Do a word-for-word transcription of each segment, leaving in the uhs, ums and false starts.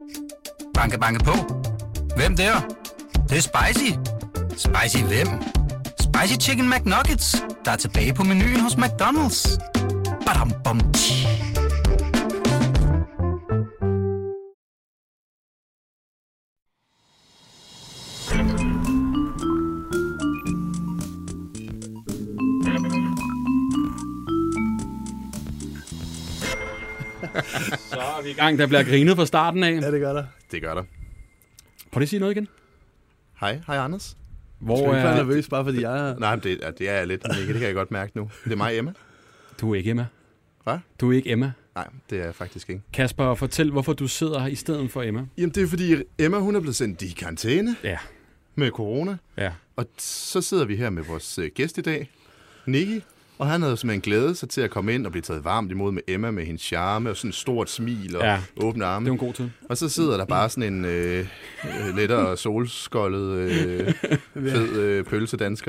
Banke, banke på. Hvem der? Det, det er spicy. Spicy hvem? Spicy Chicken McNuggets, der er tilbage på menuen hos McDonald's. Badum, bom, tji. Så er vi i gang. Der bliver grinet fra starten af. Ja, det gør der. Det gør der. Prøv lige at sige noget igen. Hej, hej Anders. Hvor skal du ikke være nervøs, bare fordi jeg er... Nej, det, det er jeg lidt, men det kan jeg godt mærke nu. Det er mig, Emma. Du er ikke Emma. Hvad? Du er ikke Emma. Nej, det er jeg faktisk ikke. Kasper, fortæl, hvorfor du sidder her i stedet for Emma. Jamen, det er fordi Emma, hun er blevet sendt i karantæne. Ja. Med corona. Ja. Og så sidder vi her med vores gæst i dag, Nicky. Og han havde simpelthen glædet sig til at komme ind og blive taget varmt imod med Emma med hendes charme og sådan et stort smil og ja, åbne arme. Det er en god tid. Og så sidder der bare sådan en øh, lettere solskoldet øh, fed øh, pølsedansker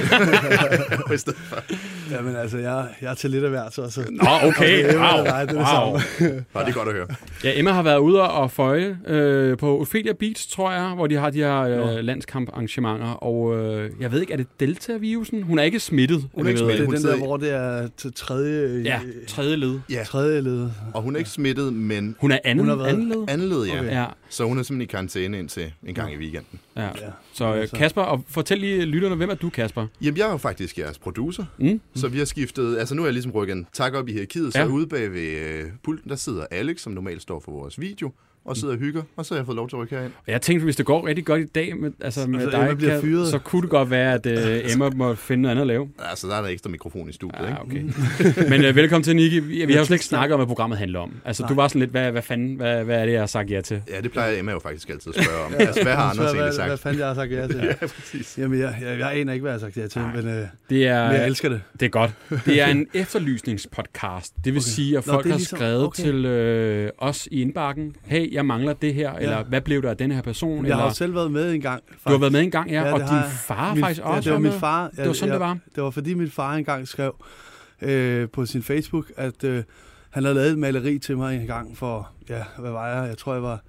øh, i stedet for. Jamen altså, jeg, jeg er til lidt af hvert, så... så. Nå, okay. okay Emma, wow. nej, det er wow. det Nå, det er godt at høre. Ja, Emma har været ude og føje øh, på Ophelia Beach, tror jeg, hvor de har de her øh, landskamparrangementer. Og øh, jeg ved ikke, er det Delta-virusen? Hun er ikke smittet. Hun er ikke smittet. Det er den der, hvor det er til tredje... Ja, tredje led. Ja. Tredje led. Og hun er ikke smittet, men... Hun er anden, hun anden led? Anden led, ja. Okay. Ja. Så hun er simpelthen i karantæne indtil en gang i weekenden. Ja. Ja. Så øh, Kasper, og fortæl lige lytterne, hvem er du, Kasper? Jamen, jeg er jo faktisk jeres producer. Mm. Så vi har skiftet... Altså, nu er jeg ligesom rykket en tak op i hierarkiet, så ja. Ude bag ved øh, pulten, der sidder Alex, som normalt står for vores video, og sidder og hygger, og så har jeg fået lov til at rykke herind. Og jeg tænkte, hvis det går rigtig godt i dag med, altså med altså, dig, kan, fyret. Så kunne det godt være, at uh, Emma må finde noget andet at lave. Altså, der er der ekstra mikrofon i studiet, ja, ikke? Okay. Men uh, velkommen til, Nicky. Vi, vi har jo slet ikke snakket om, hvad programmet handler om. Altså, Nej. Du var sådan lidt, hvad, hvad fanden, hvad, hvad er det, jeg har sagt ja til? Ja, det plejer Emma jo faktisk altid at spørge om. ja. Altså, hvad har Anders egentlig sagt? Hvad fanden jeg har sagt ja til? Ja, præcis. Jamen, jeg, jeg, jeg aner ikke, hvad jeg har sagt ja til, men, uh, det er, men jeg elsker det. Det er godt. Det er en efterlysningspodcast. Det vil okay. sige, at folk Nå, har ligesom, skrevet okay. til øh, os i indbakken, hey, jeg mangler det her, ja. Eller hvad blev der af den her person? Jeg eller... har jo selv været med en gang. Faktisk. Du har været med en gang, ja. ja og din jeg. far min, faktisk også ja, det var min far. Ja, det var sådan, jeg, det var. Det var fordi min far engang skrev øh, på sin Facebook, at øh, han havde lavet et maleri til mig en gang for, ja, hvad var jeg? Jeg tror, jeg var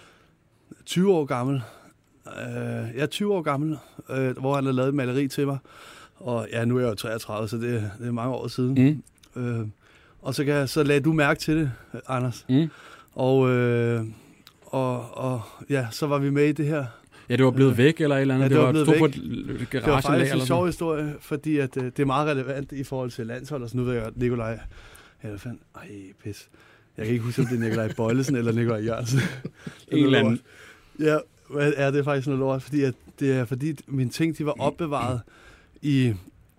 tyve år gammel. Øh, ja, tyve år gammel, øh, hvor han havde lavet et maleri til mig. Og ja, nu er jeg jo treogtredive, så det, det er mange år siden. Mm. Øh, og så, kan, så lagde du mærke til det, Anders. Mm. Og... Øh, Og, og ja, så var vi med i det her. Ja, det var blevet øh, væk eller et eller andet. Ja, det, det var blevet væk. På et det var faktisk en sjov historie, fordi at, uh, det er meget relevant i forhold til landshold. Og så nu ved jeg, Nikolaj... Ja, hvad fanden? Ej, pis. Jeg kan ikke huske, om det er Nikolaj Bøjlesen eller Nikolaj Jørgensen. En eller anden. Ja, ja, det er faktisk noget lort, fordi at, det er fordi mine ting, de var opbevaret i,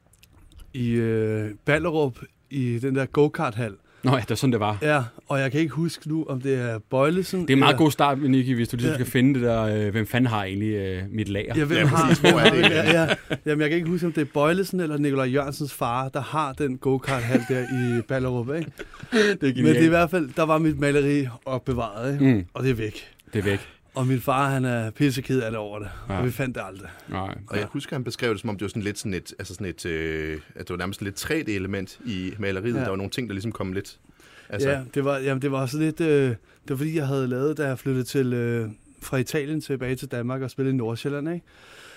i uh, Ballerup, i den der go-kart-hal. Nå ja, det er sådan, det var. Ja, og jeg kan ikke huske nu, om det er Bøjlesen. Det er en meget eller... god start, Nicky, hvis du lige ja. skal finde det der, øh, hvem fanden har egentlig øh, mit lager. Ja, hvem ja, har, præcis, hvor er det? ja, ja. Jamen, jeg kan ikke huske, om det er Bøjlesen eller Nikolaj Jørgensens far, der har den go-kart-hal der i Ballerup, ikke? Det er genialt. Men det er i hvert fald, der var mit maleri opbevaret, ikke? Mm. Og det er væk. Det er væk. Og min far, han er pisseked af det over det, ja. Og vi fandt det aldrig. Nej. Og jeg husker, han beskrev det, som om det var sådan lidt sådan et, altså sådan et, øh, at det var nærmest lidt tre D-element i maleriet. Ja. Der var nogle ting, der ligesom kom lidt... Altså. Ja, det var, jamen, det var så lidt... Øh, det var fordi, jeg havde lavet, da jeg flyttede til, øh, fra Italien tilbage til Danmark og spillede i Nordsjælland, ikke?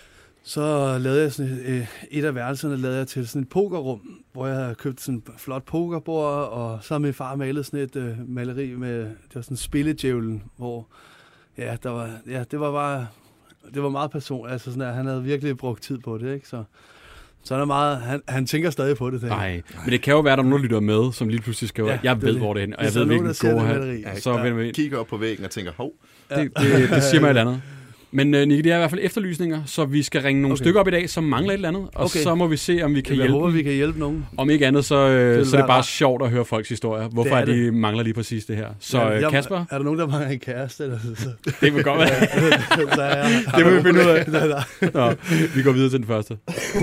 Så lavede jeg sådan et, øh, et af værelserne lavede jeg til sådan et pokerrum, hvor jeg havde købt sådan et flot pokerbord, og så har min far malet sådan et øh, maleri med, det var sådan spilledjævlen, hvor, ja, der var, ja, det var bare, det var meget personligt, altså sådan, at han havde virkelig brugt tid på det, ikke? Så... Så han, er meget, han, han tænker stadig på det. Nej, men det kan jo være, at der er nogen, der lytter med, som lige pludselig skriver, ja, jeg ved, det. hvor det er hen, og jeg ved, hvilken gå her. Så ja, vender vi kigger op på væggen og tænker, hov. Ja. Det, det, det siger mig et eller andet. Men uh, Nicky, det er i hvert fald efterlysninger, så vi skal ringe nogle okay. stykker op i dag, som mangler et eller andet, og okay. så må vi se, om vi kan jeg hjælpe håber, vi kan hjælpe nogen. Om ikke andet, så, øh, det så er det bare sjovt at høre folks historier. Hvorfor det er det. Er de mangler lige præcis det her? Så ja, jeg, Kasper? Er der nogen, der mangler en kæreste? Eller så? Det vil godt være. Det må vi finde ud af. Nå, vi går videre til den første.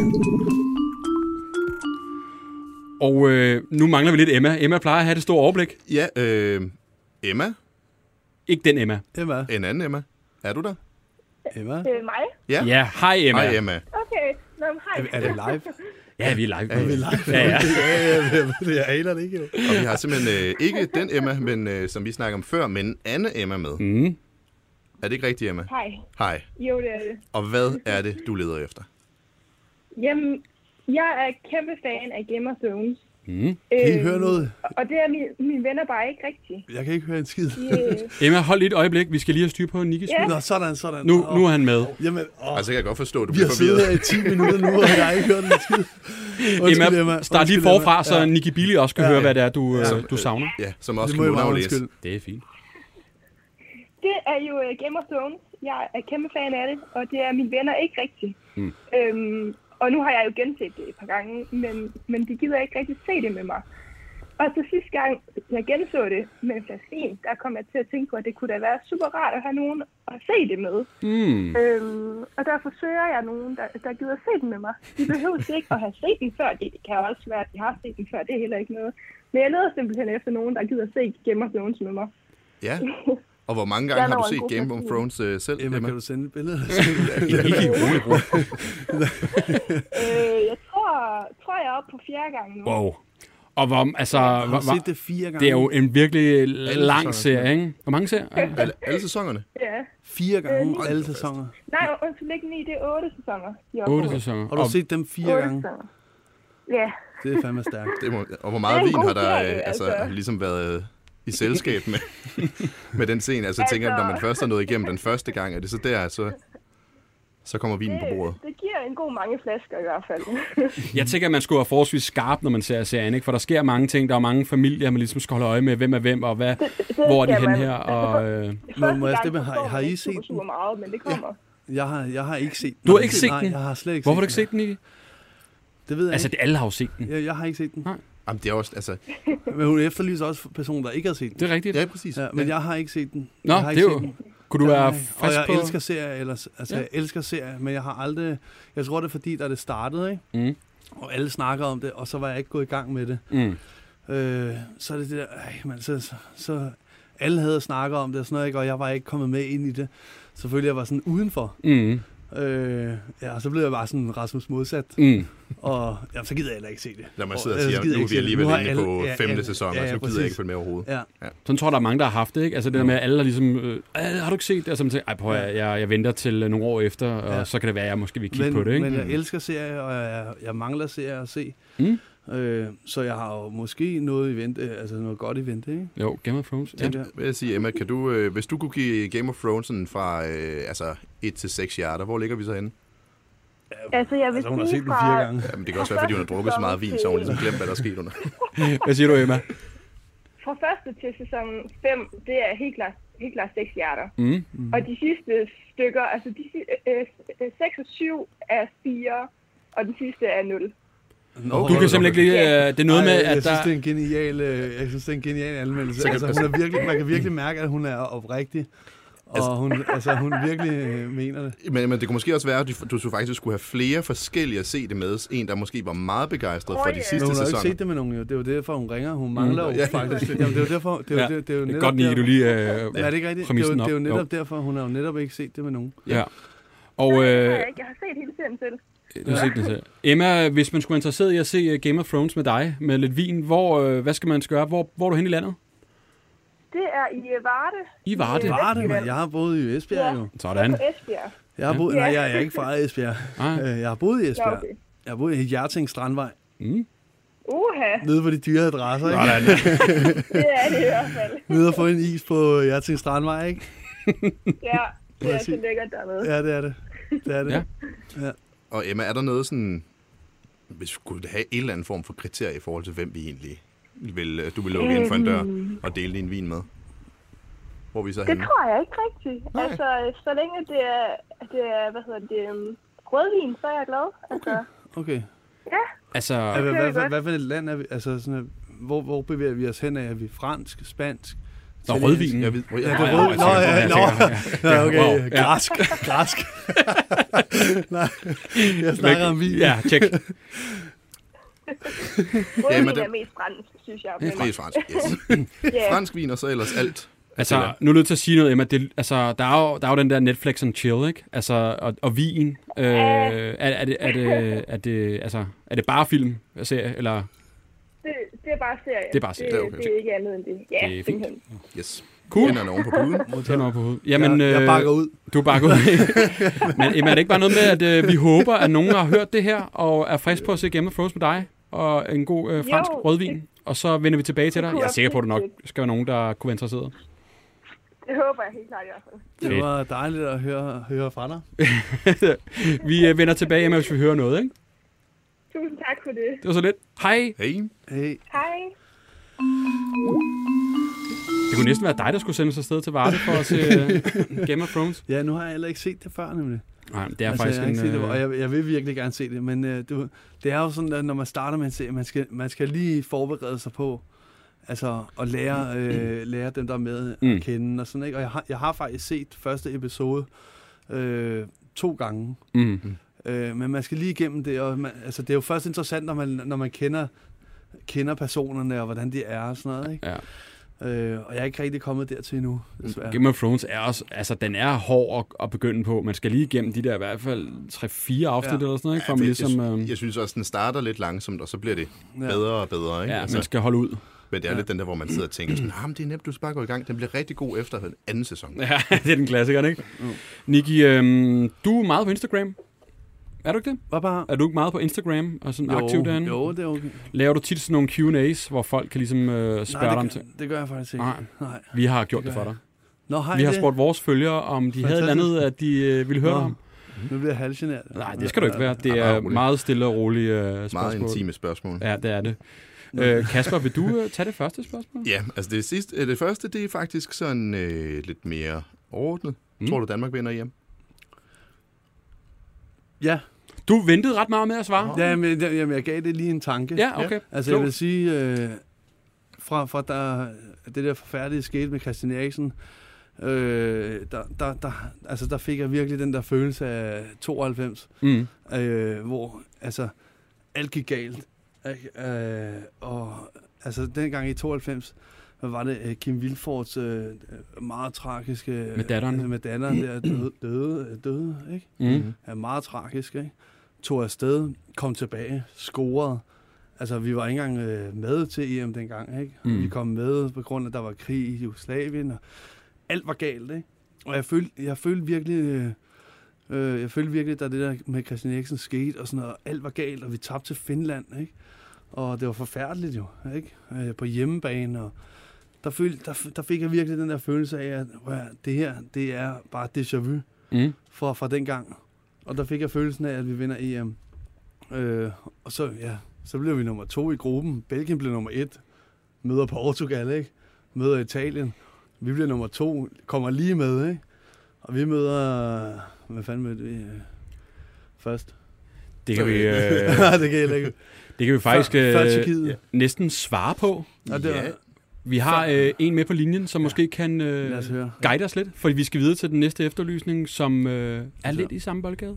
Og øh, nu mangler vi lidt Emma. Emma plejer at have det store overblik. Ja, øh, Emma? Ikke den Emma. Emma. En anden Emma. Er du der? Emma? Det er mig? Ja. Ja, hej Emma. Hej Emma. Okay, Nå, hej. Er, er det live? Ja, vi er live. Ja, vi er live. Ja, ja. ja, ja, jeg aner det ikke. Og vi har simpelthen øh, ikke den Emma, men øh, som vi snakker om før, men Anne Emma med. Mm. Er det ikke rigtigt, Emma? Hej. Hej. Jo, det er det. Og hvad er det, du leder efter? Jamen, jeg er kæmpe fan af Game of Thrones. Mm. Kan I høre noget? Og det er min, mine venner bare ikke rigtigt. Jeg kan ikke høre en skid. De, Emma, hold lige et øjeblik. Vi skal lige have styr på Nikkis. Ja. Nå, sådan, sådan. Nu, nu er han med. Jamen, åh. Altså, jeg kan godt forstå, at du Vi bliver har siddet forvirret. her i ti minutter nu, og jeg har ikke hørt en skid. Undskyld, Emma, start lige Undskyld, forfra, så Ja. Nikki Billy også kan Ja, høre, ja. hvad det er, du, Ja. øh, du savner. Ja, som også Det kan må jeg meget underlæse. undskylde. Det er fint. det er jo uh, Game of Thrones. Jeg er kæmpe fan af det, og det er mine venner ikke rigtigt. Mm. Øhm, og nu har jeg jo genset det et par gange, men, men de gider ikke rigtig se det med mig. Og så sidste gang, jeg genså det med en flaske vin, der kom jeg til at tænke på, at det kunne da være super rart at have nogen at se det med. Mm. Øhm, og derfor søger jeg nogen, der, der gider se den med mig. De behøver ikke at have set den før. Det kan også være, at de har set den før. Det er heller ikke noget. Men jeg leder simpelthen efter nogen, der gider se Game of Thrones med mig. Ja. Og hvor mange gange Jeg har du når en set god Game of flaske Thrones uh, selv, Emma, Emma? kan du sende et billede? Nikki, rolig, rolig. øh, jeg tror, tror, jeg er oppe på fjerde gang nu. Wow. Og hvor, altså, Jeg hvor, har set det fire gange. det er jo en virkelig lang sæsoner. serie, ikke? Hvor mange serier? er der? Alle, alle sæsonerne? Ja. Fire gange, Øh, alle sæsoner. Nej, undskyld ikke ni, det er otte sæsoner. de er oppe Otte på. sæsoner. Har du Og set dem fire Otte gange? sæsoner. Ja. Det er fandme stærkt. Det må, og hvor Det meget er en vin god har der serie, øh, altså, altså. ligesom været i selskab med, med den scene? Altså, jeg tænker, at når man først er nået igennem den første gang, er det så der, så, så kommer vinen på bordet. Det, det giver en god mange flasker i hvert fald. jeg tænker, at man skulle være forholdsvis skarp, når man ser serien, ikke? For der sker mange ting. Der er mange familier, man ligesom skal holde øje med, hvem er hvem, og hvad, det hvor er de skal hen man. her. Og, øh... Må- må jeg Første stemme? gang Har- forstår har man I ikke set super, den? super meget, men det kommer. Jeg har, jeg har ikke set den. Du har ikke set Nej, den? jeg har slet ikke Hvorfor har du set ikke set den, Nikki? Det ved jeg Altså, ikke. det, alle har jo set den. Jeg, jeg har ikke set den. Nej. Jamen, det er også, altså... Men hun efterlyser også personer, der ikke har set den. Det er rigtigt. Ja, præcis. Ja, men jeg har ikke set den. Nå, jeg har det ikke er set jo... den. Kunne du være Og fast jeg på... elsker serier, ellers, altså Ja. ja. jeg elsker serier, men jeg har aldrig, jeg tror det er fordi, da det startede, ikke? Mm. Og alle snakker om det, og så var jeg ikke gået i gang med det. Mm. Øh, så er det det der, ej, man, så, så, så, alle havde snakket om det og sådan noget, ikke? Og jeg var ikke kommet med ind i det. Selvfølgelig jeg var sådan udenfor. Mm. Øh, ja, og så blev jeg bare sådan Rasmus modsat, Mm. og ja, så gider jeg heller ikke se det. Når man Og, sidder og øh, siger, så gider nu jeg er ikke vi se det. alligevel Nu har inde alle- på ja, femte ja, sæson, ja, og ja, så gider præcis. jeg ikke følge med overhovedet. Ja. Sådan tror jeg, der er mange, der har haft det, ikke? Altså det der med, at alle har ligesom... Øh, har du ikke set det? Og så man tænker, ej, prøv at, jeg, jeg venter til øh, nogle år efter, og Ja. så kan det være, at jeg måske vil kigge Men, på det, ikke? men jeg elsker serier, og jeg, jeg mangler serier at se. Mm. Øh, så jeg har jo måske noget i vente, altså noget godt i vente, ikke? Jo, Game of Thrones. Ja. Tænker jeg. Vil jeg sige, Emma, kan du, øh, hvis du kunne give Game of Thrones sådan fra øh, altså et til seks hjerter, hvor ligger vi så henne? Altså, jeg vil Altså, hun har sige set den fra... fire gange. Jamen, det kan også være, fordi hun har drukket så meget vin, så hun ligesom glemt, hvad der er sket under. Hvad siger du, Emma? Fra første til sæson fem, det er helt klart, helt klart seks hjerter. Mm. Mm. Og de sidste stykker, altså de øh, øh, seks og syv er fire, og den sidste er nul. Nå, Du kan simpelthen ikke lide... Øh, det er noget Ej, med, jeg at synes, der... det er en genial, øh, jeg synes, det er en genial anmeldelse. Så kan- Altså, hun er virkelig, man kan virkelig mærke, at hun er oprigtig. Og hun, altså, hun virkelig øh, mener det. Men, men det kunne måske også være, at du, du faktisk skulle have flere forskellige at se det med. En, der måske var meget begejstret for de Åh, ja. sidste Men hun har jo ikke sæsoner. set det med nogen, jo. Det er jo derfor, hun ringer. Hun mangler Mm. jo Ja. faktisk. Jamen, det er jo derfor. Det er jo, Ja. det, det er jo Det er netop godt, Nikki, der- du lige... Øh, Ja, det er ikke rigtigt. Det er jo, præmissen det er jo op. netop derfor, hun har jo netop ikke set det med nogen. Ja. Og Nej, det øh, har jeg ikke. Jeg har set hele serien selv. du har set den selv. Emma, hvis man skulle være interesseret i at se øh, Game of Thrones med dig, med lidt vin, hvor, øh, hvad skal man gøre? Hvor, hvor er du hen i landet? Det er i øh, Varde. I Varde? Øh, Var det, Vestjylland. man? Jeg har boet i Esbjerg, Ja. jo. Sådan. På Esbjerg. Jeg har boet, Ja. nej, jeg er ikke fra Esbjerg. Ah. Øh, Jeg har boet i Ja, Esbjerg. okay. Jeg har boet i Hjerting Strandvej. Mm. Uha, Nede på de dyre adresser, ikke? Sådan. det er det i hvert fald. Nede og få en is på Hjerting Strandvej, ikke? Ja, det er Præcis. så lækkert dernede. Ja, det er det. Det er det. Ja. Og Emma, er der noget sådan... Hvis du kunne have en eller anden form for kriterie i forhold til, hvem vi egentlig vil, du vil lukke ind for en dør og dele din vin med? Hvor er vi så Det henne? tror jeg ikke rigtigt. Nej. Altså, så længe det er, det er hvad hedder det, um, rødvin, så er jeg glad. Altså, Okay. Altså, Ja, det hvad, er hvad, godt. hvad, hvad for et land er vi? Altså, sådan, at- hvor, hvor bevæger vi os hen af? Er vi fransk, spansk? Nå, italiensk? rødvinen. Jeg ved, Ja, det ja, er Nå, rød. ja, Nå, ja, ja, nå. ja, Ja, okay. wow, ja. Græsk. Græsk. Nej, jeg snakker om vin. Ja, tjek. rødvin men det- er mest fransk, synes jeg. det Men, er fransk. Yes. ja, Fransk vin og så ellers alt. Altså, nu er jeg nødt til at sige noget, Emma. Det, altså, der er, jo, der er jo den der Netflix and chill, ikke? Altså, og, og vin. Øh, er, er, det, er, det, er, det, altså, er det bare film, serie, eller? det, det er bare serien. Det er bare serien. Det, Det er okay. det er ikke andet end det. Ja, Det er fint. simpelthen. Yes. Cool. Hænderne oven på puden. Hænder på hovedet. Jamen, jeg, jeg bakker ud. Du bakker ud. Men jamen, er det ikke bare noget med, at øh, vi håber, at nogen har hørt det her, og er frisk på at se Game of Thrones med dig, og en god øh, fransk Jo, rødvin, det, og så vender vi tilbage til dig. kunne Jeg er være sikker på, at der nok fedt. skal være nogen, der kunne være interesseret. det håber jeg helt klart i hvert fald. Det var dejligt at høre, høre fra dig. Vi øh, vender tilbage, hvis vi hører noget, ikke? Tusind tak for det. Det var så lidt. Hej. Hey. Hey. Hej. Det kunne næsten være dig, der skulle sendes afsted til Varde for at se uh, Game of Thrones. Ja, nu har jeg heller ikke set det før, nemlig. Nej, det er altså, faktisk jeg en... set det, Øh... og jeg, jeg vil virkelig gerne se det, men øh, du, det er jo sådan, at når man starter med en serie, man skal, man skal lige forberede sig på, altså at lære, øh, lære dem, der er med Mm. at kende og sådan, ikke? Og jeg har, jeg har faktisk set første episode øh, to gange, Mm. øh, men man skal lige igennem det, og man, altså, det er jo først interessant, når man, når man kender, kender personerne og hvordan de er og sådan noget, ikke? Ja. Øh, og jeg er ikke rigtig kommet dertil endnu, desværre. Game of Thrones er også, altså den er hård at, at begynde på. Man skal lige igennem de der i hvert fald tre fire afsnit Ja. eller sådan noget, ikke? For Ja, man det, ligesom, jeg, øh, jeg synes også, den starter lidt langsomt, og så bliver det Ja. bedre og bedre. Ikke? ja, Altså, man skal holde ud. men det er Ja. lidt den der, hvor man sidder og tænker sådan, ah, men det er nemt, du skal bare gå i gang. Den bliver rigtig god efter den anden sæson. Ja, det er den klassiker, ikke? Mm. Nikki, øhm, du er meget på Instagram. Er du ikke det? Hvad bare? Er du ikke meget på Instagram og sådan Jo, aktiv derinde? jo, det er okay. Laver du tit sådan nogle Q and A's, hvor folk kan ligesom øh, spørge Nej, dig om det, ting? gør, det gør jeg faktisk ikke. Nej, Nej. vi har gjort Det det, gør for dig. Nå, har Vi I har det? spurgt vores følgere, om de havde et eller andet, at de øh, ville høre Nå. om. Nu bliver jeg halvgeneret. Nej, det skal du ikke være. Det Ja, er meget roligt. meget stille og rolige øh, Meget spørgsmål. intime spørgsmål. Ja, det er det. Øh, Kasper, vil du øh, tage det første spørgsmål? Ja, altså det, sidste, øh, det første, det er faktisk sådan øh, lidt mere overordnet. Mm. Mm. Tror du, Danmark vinder hjem? Ja, Du ventede ret meget med at svare. ja men, jeg- jamen, jeg gav det lige en tanke. Ja, okay. Altså, jeg Klogt. vil sige, øh, fra, fra der, det der forfærdelige skete med Christian Eriksen, øh, der, der, der, altså, der fik jeg virkelig den der følelse af tooghalvfems, Mm. øh, hvor altså, alt gik galt. Ikke? Øh, og altså, dengang i tooghalvfems, hvad var det, øh, Kim Vilfords øh, meget tragiske... Med datteren. Altså, med datteren der døde, døde, døde ikke? Mm. Er meget tragisk, ikke? Tog afsted, kom tilbage, scorede. Altså, vi var ikke engang øh, med til E M dengang, ikke? Mm. Mm. Vi kom med på grund af, at der var krig i Jugoslavien, og alt var galt, ikke? Og jeg følte, jeg følte virkelig, øh, øh, jeg følte virkelig, da det der med Christian Eriksen skete, og sådan noget, og alt var galt, og vi tabte til Finland, ikke? Og det var forfærdeligt jo, ikke? Øh, på hjemmebane, og der, følte, der, der fik jeg virkelig den der følelse af, at well, det her, det er bare déjà vu Mm. fra, fra den gang. Og der fik jeg følelsen af, at vi vinder E M. Øh, og så, ja, så blev vi nummer to i gruppen. Belgien blev nummer et. Møder Portugal, ikke? Møder Italien. Vi bliver nummer to. Kommer lige med, ikke? Og vi møder... Hvad fanden mødte vi øh, først? Det kan vi, øh, det kan jeg heller ikke. det kan vi faktisk Før- før øh, Tyrkiet. næsten svare på. Og det var, Ja. Vi har øh, en med på linjen, som måske kan lad øh, os høre. guide os lidt, for vi skal videre til den næste efterlysning, som øh, er lidt i samme boldgade.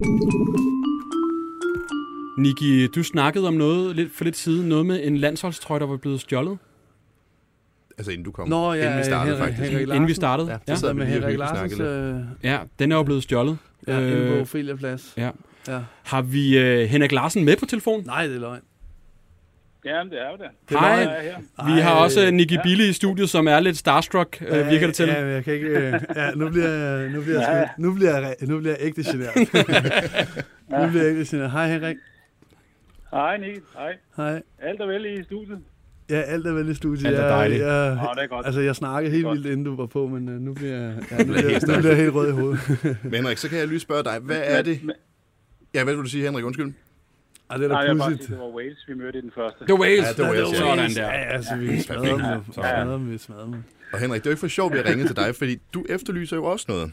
Nikki, du snakkede om noget lidt for lidt siden, noget med en landsholdstrøje, der var blevet stjålet, Altså inden du kom. Nå, ja, inden vi startede, Henrik- faktisk. Henrik inden vi startede. Ja, Ja, det sad Så vi med lige og Henrik hyggeligt Larsens... snakkede Øh, ja den er jo blevet stjålet. ja, inde på Øh, Ophelia Plads. ja. Ja. Har vi øh, Henrik Larsen med på telefon? Nej, det er løgn. Jamen, det er jo det. Det er Hej. løgn. Jeg er her. Vi har Ej, også Nikki ja. Billy i studiet, som er lidt starstruck, øh, virker det til. Ja, men jeg kan ikke... Øh, ja, nu bliver jeg, nu bliver jeg, sgu- nu bliver jeg, nu bliver jeg ægte generet. Nu bliver jeg ægte generet. Hej Henrik. Hej, Nick. Hej. Hej. Alt er vel i studiet? Ja, alt er vel i studiet. Alt er Jeg- dejligt. Jeg, Nå, det er godt. altså, jeg snakkede helt Godt. vildt, inden du var på, men uh, nu bliver jeg, ja, nu bliver, helt nu bliver jeg helt rød i hovedet. Men Henrik, så kan jeg lige spørge dig, hvad er det? Men- Ja, hvad vil du sige, Henrik? Undskyld. Ej, det er Nej, da jeg vil bare pudsigt. sige, det var Wales, vi mødte i den første. Det var Wales. Ja, det var Wales, ja. Sådan der. Ja, altså, vi smadrer dem. jo. Vi smadrer dem, vi smadrer dem. Og Henrik, det er jo ikke for sjovt, vi har ringet til dig, fordi du efterlyser jo også noget.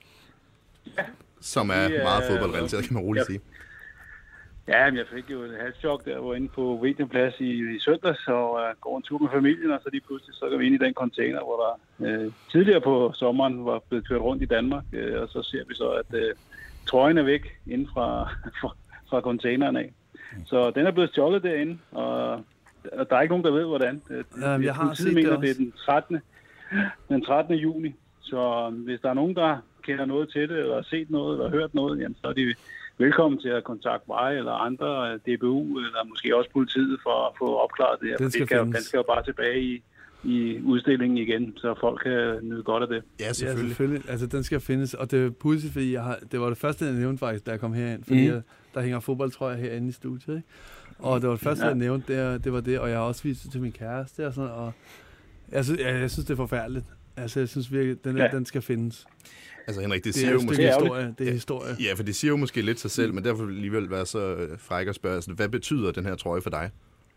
Som er Vi, øh, meget fodboldrelateret, kan man roligt ja. sige. Ja, men jeg fik jo et halvt chok, der var inde på Videoplads i, i søndags, og uh, går en tur med familien, og så lige pludselig så går vi ind i den container, hvor der uh, tidligere på sommeren var blevet kørt rundt i Danmark, uh, og så ser vi så, at uh, trøjen er væk inden fra, fra, fra containeren af. Så den er blevet stjålet derinde, og, og der er ikke nogen, der ved, hvordan. Jamen, jeg har Politiet set det mener, også. det er den trettende den trettende juni, så hvis der er nogen, der kender noget til det, eller har set noget, eller hørt noget, jamen, så er de velkommen til at kontakte mig eller andre, D B U, eller måske også politiet, for at få opklaret det her. Den for skal det skal, jo- findes. den skal jo bare tilbage i, i udstillingen igen, så folk kan nyde godt af det. Ja, selvfølgelig. Ja, selvfølgelig. Altså, den skal findes, og det er pudsigt, fordi jeg har, det var det første, jeg nævnte faktisk, da jeg kom herind, fordi mm. jeg, der hænger fodboldtrøjer herinde i studiet, ikke? Og det var det første, ja. jeg nævnte, det, det var det, og jeg har også vist det til min kæreste, og sådan, og jeg synes, jeg, jeg synes det er forfærdeligt. Altså, jeg synes virkelig, den, ja. den skal findes. Altså, Henrik, det, det siger er jo måske... historie. Det er ja, historie. Ja, for det siger jo måske lidt sig selv, men derfor vil alligevel være så fræk at spørge, altså, hvad betyder den her trøje for dig?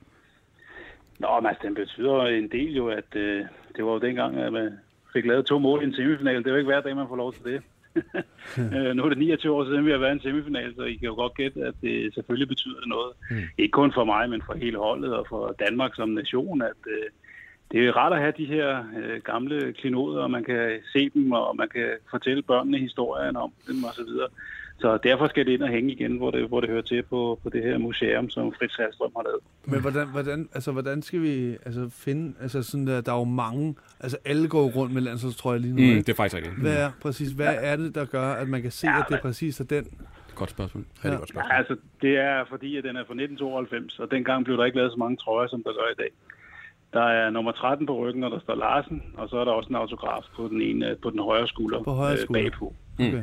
Nå, men altså, den betyder en del jo, at øh, det var jo dengang, at man fik lavet to mål i en semifinal. Det er jo ikke hver dag, man får lov til det. Nu er det niogtyve år siden, vi har været i en semifinal, så I kan jo godt gætte, at det selvfølgelig betyder det noget. Mm. Ikke kun for mig, men for hele holdet og for Danmark som nation, at øh, det er rart at have de her øh, gamle klinoder, og man kan se dem, og man kan fortælle børnene historien om dem og så videre. Så derfor skal det ind og hænge igen, hvor det, hvor det hører til på, på det her museum, som Fritz Hallstrøm har lavet. Men hvordan, hvordan, altså, hvordan skal vi altså, finde, altså sådan der, der er jo mange, altså alle går rundt med landsholdstrøjer lige nu. Mm, det er faktisk rigtigt. Hvad er, præcis, hvad ja. er det, der gør, at man kan se, ja, at det er præcis er den? Godt spørgsmål. Ja, det er godt spørgsmål. Ja, altså, det er fordi, at den er fra nitten tooghalvfems, og dengang blev der ikke lavet så mange trøjer, som der gør i dag. Der er nummer tretten på ryggen, og der står Larsen, og så er der også en autograf på den ene, på den højre skulder, på højre skulder. Øh, bagpå. Okay.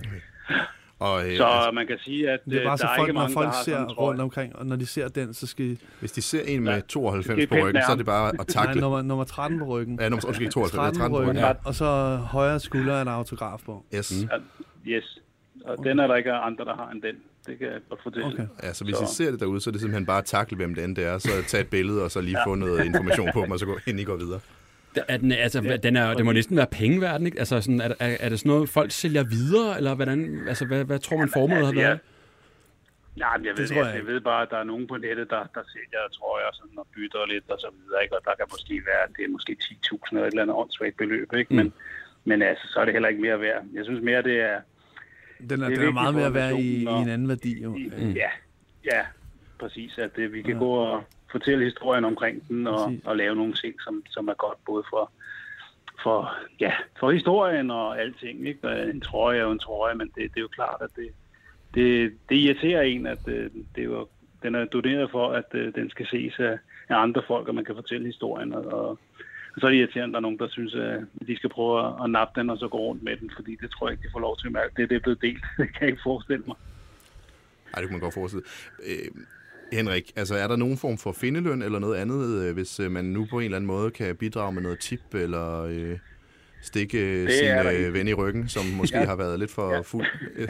Og, øh, så altså, man kan sige, at det er bare der så er folk, ikke mange, når folk der har ser sådan rundt omkring, og når de ser den, så skal de... Hvis de ser en med tooghalvfems det på ryggen, så er det bare at takle. Nej, nummer, nummer tretten på ryggen. Ja, nummer, undskyld, tooghalvfems. tretten på ryggen, ja. Og så højre skulder er der autograf på. Yes. Ja, yes. Og okay. Den er der ikke andre, der har end den. Det kan jeg godt fortælle. Okay. Ja, så hvis så. I ser det derude, så er det simpelthen bare at takle, hvem det end det er, så tage et billede, og så lige ja. få noget information på dem, og så gå ind og gå videre. Er den, altså, ja, den er, det må næsten være pengeværden, ikke? Altså, sådan, er, er, er det sådan noget, folk sælger videre, eller hvordan, altså, hvad, hvad tror man formålet har været? Nej, men jeg ved, jeg, jeg. jeg ved bare, at der er nogen på nettet, der, der sælger trøjer sådan, og bytter lidt og så videre, ikke? Og der kan måske være, det er måske ti tusind eller et eller andet åndssvagt beløb, ikke? Men, mm. men altså, så er det heller ikke mere værd. Jeg synes mere, det er... Den er, det er, den er meget mere værd i, i en anden værdi, jo. I, mm. Ja, ja, præcis. At det, vi kan ja. gå og fortælle historien omkring den, og, og lave nogle ting, som, som er godt både for, for, ja, for historien og alting, ikke? En trøje er jo en trøje, men det, det er jo klart, at det, det, det irriterer en, at det, det er jo, den er doneret for, at uh, den skal ses af, af andre folk, og man kan fortælle historien, og, og så er det irriterende, at der er nogen, der synes, at de skal prøve at, at nappe den, og så gå rundt med den, fordi det tror jeg ikke, de får lov til at mærke. Det, det er blevet delt. Det kan jeg ikke forestille mig. Nej, det kan man godt forestille. Øh, Henrik, altså er der nogen form for findeløn eller noget andet, hvis man nu på en eller anden måde kan bidrage med noget tip, eller øh, stikke sin øh, ven i ryggen, som måske ja. har været lidt for ja. fuld?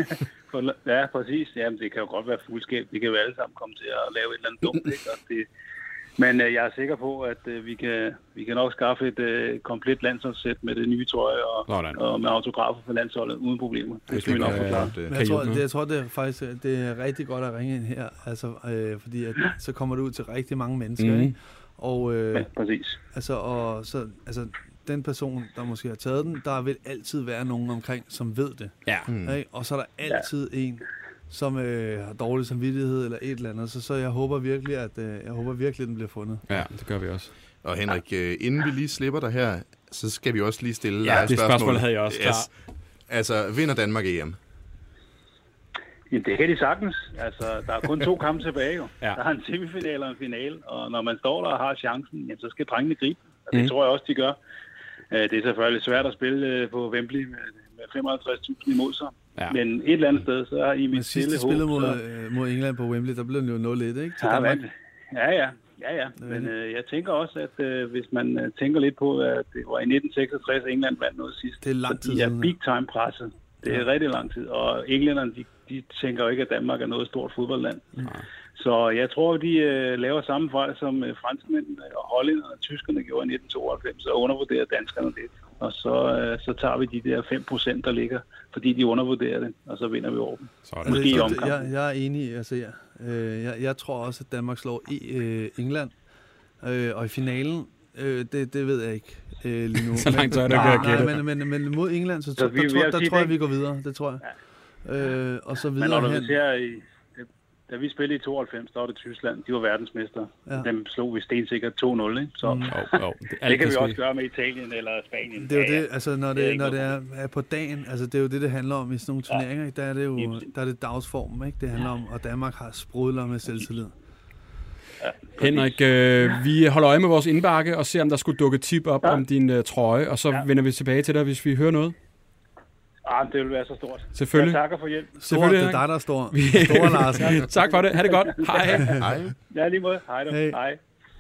Ja, præcis. Jamen, det kan jo godt være fuldskab. Vi kan jo alle sammen komme til at lave et eller andet dumt, ikke? Og det, men øh, jeg er sikker på, at øh, vi, kan, vi kan nok skaffe et øh, komplet landsholdssæt med det nye tøj og, og med autografer for landsholdet uden problemer. Det skal vi nok forklare. Men jeg tror, det, jeg tror, det er faktisk det er rigtig godt at ringe ind her, altså, øh, fordi at, så kommer det ud til rigtig mange mennesker. Mm. Ikke? Og, øh, ja, præcis. Altså, og så, altså, den person, der måske har taget den, der vil altid være nogen omkring, som ved det. Ja. Mm. Ikke? Og så er der altid ja. en, som øh, har dårlig samvittighed eller et eller andet. Så, så jeg håber virkelig, at øh, jeg håber virkelig, at den bliver fundet. Ja, det gør vi også. Og Henrik, øh, inden vi lige slipper dig her, så skal vi også lige stille ja, dig et spørgsmål. Ja, det spørgsmål havde jeg også klar. Yes. Altså, vinder Danmark E M? Ja, det kan de sagtens. Altså, der er kun to kampe tilbage jo. Ja. Der er en semifinal og en final, og når man står der og har chancen, jamen, så skal drengene gribe. Og det mm. tror jeg også, de gør. Det er selvfølgelig svært at spille på Wembley med femoghalvtreds tusind imod sig. Ja. Men et eller andet sted, så er I mit stille håb. Sidste spillet mod, så... mod England på Wembley, der blev den jo nul et, ikke? Til ja, Danmark. ja, ja. ja, ja. Men øh, jeg tænker også, at øh, hvis man øh, tænker lidt på, at det var i nitten seksogtres, England vandt noget sidst. Det er lang tid siden. De er big time presset. Det er ja. rigtig lang tid. Og englænderne, de, de tænker jo ikke, at Danmark er noget stort fodboldland. Ja. Så jeg tror, de øh, laver samme fejl, som øh, franskmændene og hollænderne og tyskerne gjorde i nitten tooghalvfems, og undervurderer danskerne lidt. Og så, øh, så tager vi de der fem procent, der ligger, fordi de undervurderer det, og så vinder vi over dem. Måske i omkampen. Jeg, jeg er enig. Altså, ja. øh, jeg, jeg tror også, at Danmark slår i øh, England. Øh, og i finalen, øh, det, det ved jeg ikke øh, lige nu. Så langt tør jeg da ikke at men, men, men, men mod England, så, så vi, der, tror, der, der tror jeg, vi går videre. Det tror jeg. Ja. Øh, og så videre men når hen. du ser i... Da vi spillede i tooghalvfems, der var det Tyskland. De var verdensmester. Ja. Dem slog vi stensikkert to nul, ikke? Så mm. oh, oh. Det, det kan vi også gøre med Italien eller Spanien. Det er jo ja, det, altså når det, det, når det er, er på dagen, altså det er jo det, det handler om i sådan nogle turneringer, ja. Der er det jo der er det dagsformen, ikke? Det handler om, og Danmark har sprudler med selvtillid. Ja, Henrik, øh, vi holder øje med vores indbakke og ser, om der skulle dukke tip op ja. om din uh, trøje, og så ja. vender vi tilbage til dig, hvis vi hører noget. Ah, det vil være så stort. Selvfølgelig. Jeg takker for hjælp. Stort, det er dig, der står. Store, Lars. Tak for det. Ha' det godt. Hej. Hej. Ja, lige måde. Hej. Hey. Hej.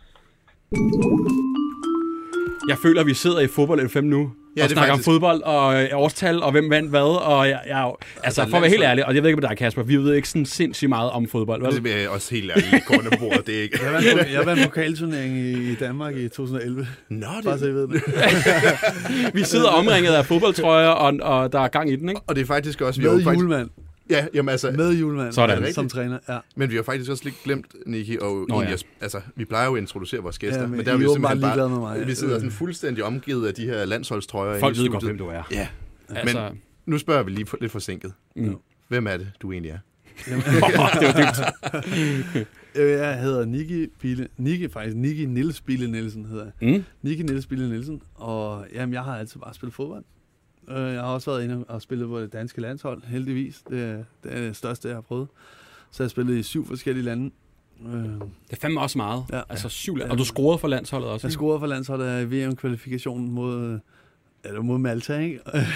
Jeg føler, at vi sidder i fodbold F M nu. Ja, og snakker faktisk om fodbold og øh, årstal, og hvem vandt hvad, og jeg, jeg, altså for at være helt ærlig, og jeg ved ikke med dig, Kasper, vi ved ikke sådan sindssygt meget om fodbold, vel? Det er også helt ærligt, lige kornet på bordet, det er ikke. Jeg vandt, jeg vandt pokalturnering i Danmark i to tusind og elleve. Nå, det Bare så I ved det. Vi sidder omringet af fodboldtrøjer, og, og der er gang i den, ikke? Og det er faktisk også... Vi Med faktisk, julemand. Ja, jamen altså... Med julemand. Sådan. Som træner, ja. Men vi har faktisk også lidt glemt, Nicky, og Nå, ja. egentlig, altså, vi plejer jo at introducere vores gæster, Ja, men men der I er vi er simpelthen åbenbart bare... med mig, ja. Vi sidder sådan fuldstændig omgivet af de her landsholdstrøjer. Folk inde i ved godt, studiet. hvem du er. Ja, Altså, men nu spørger vi lige for, lidt forsinket. Mm. Hvem er det, du egentlig er? det var dybt. Jeg hedder Nicky Bille, Nicky faktisk, Nicky Niels Bille Nielsen hedder jeg. Mm. Nicky Niels Bille Nielsen, og jamen, jeg har altid bare spillet fodbold. Jeg har også været inde og spillet på det danske landshold, heldigvis. Det er det, er det største, jeg har prøvet. Så jeg har spillet i syv forskellige lande. Det er fandme også meget. Ja. Altså syv land. Og du scorede for landsholdet også, Jeg ikke? scorede for landsholdet i V M-kvalifikationen mod, eller mod Malta, ikke?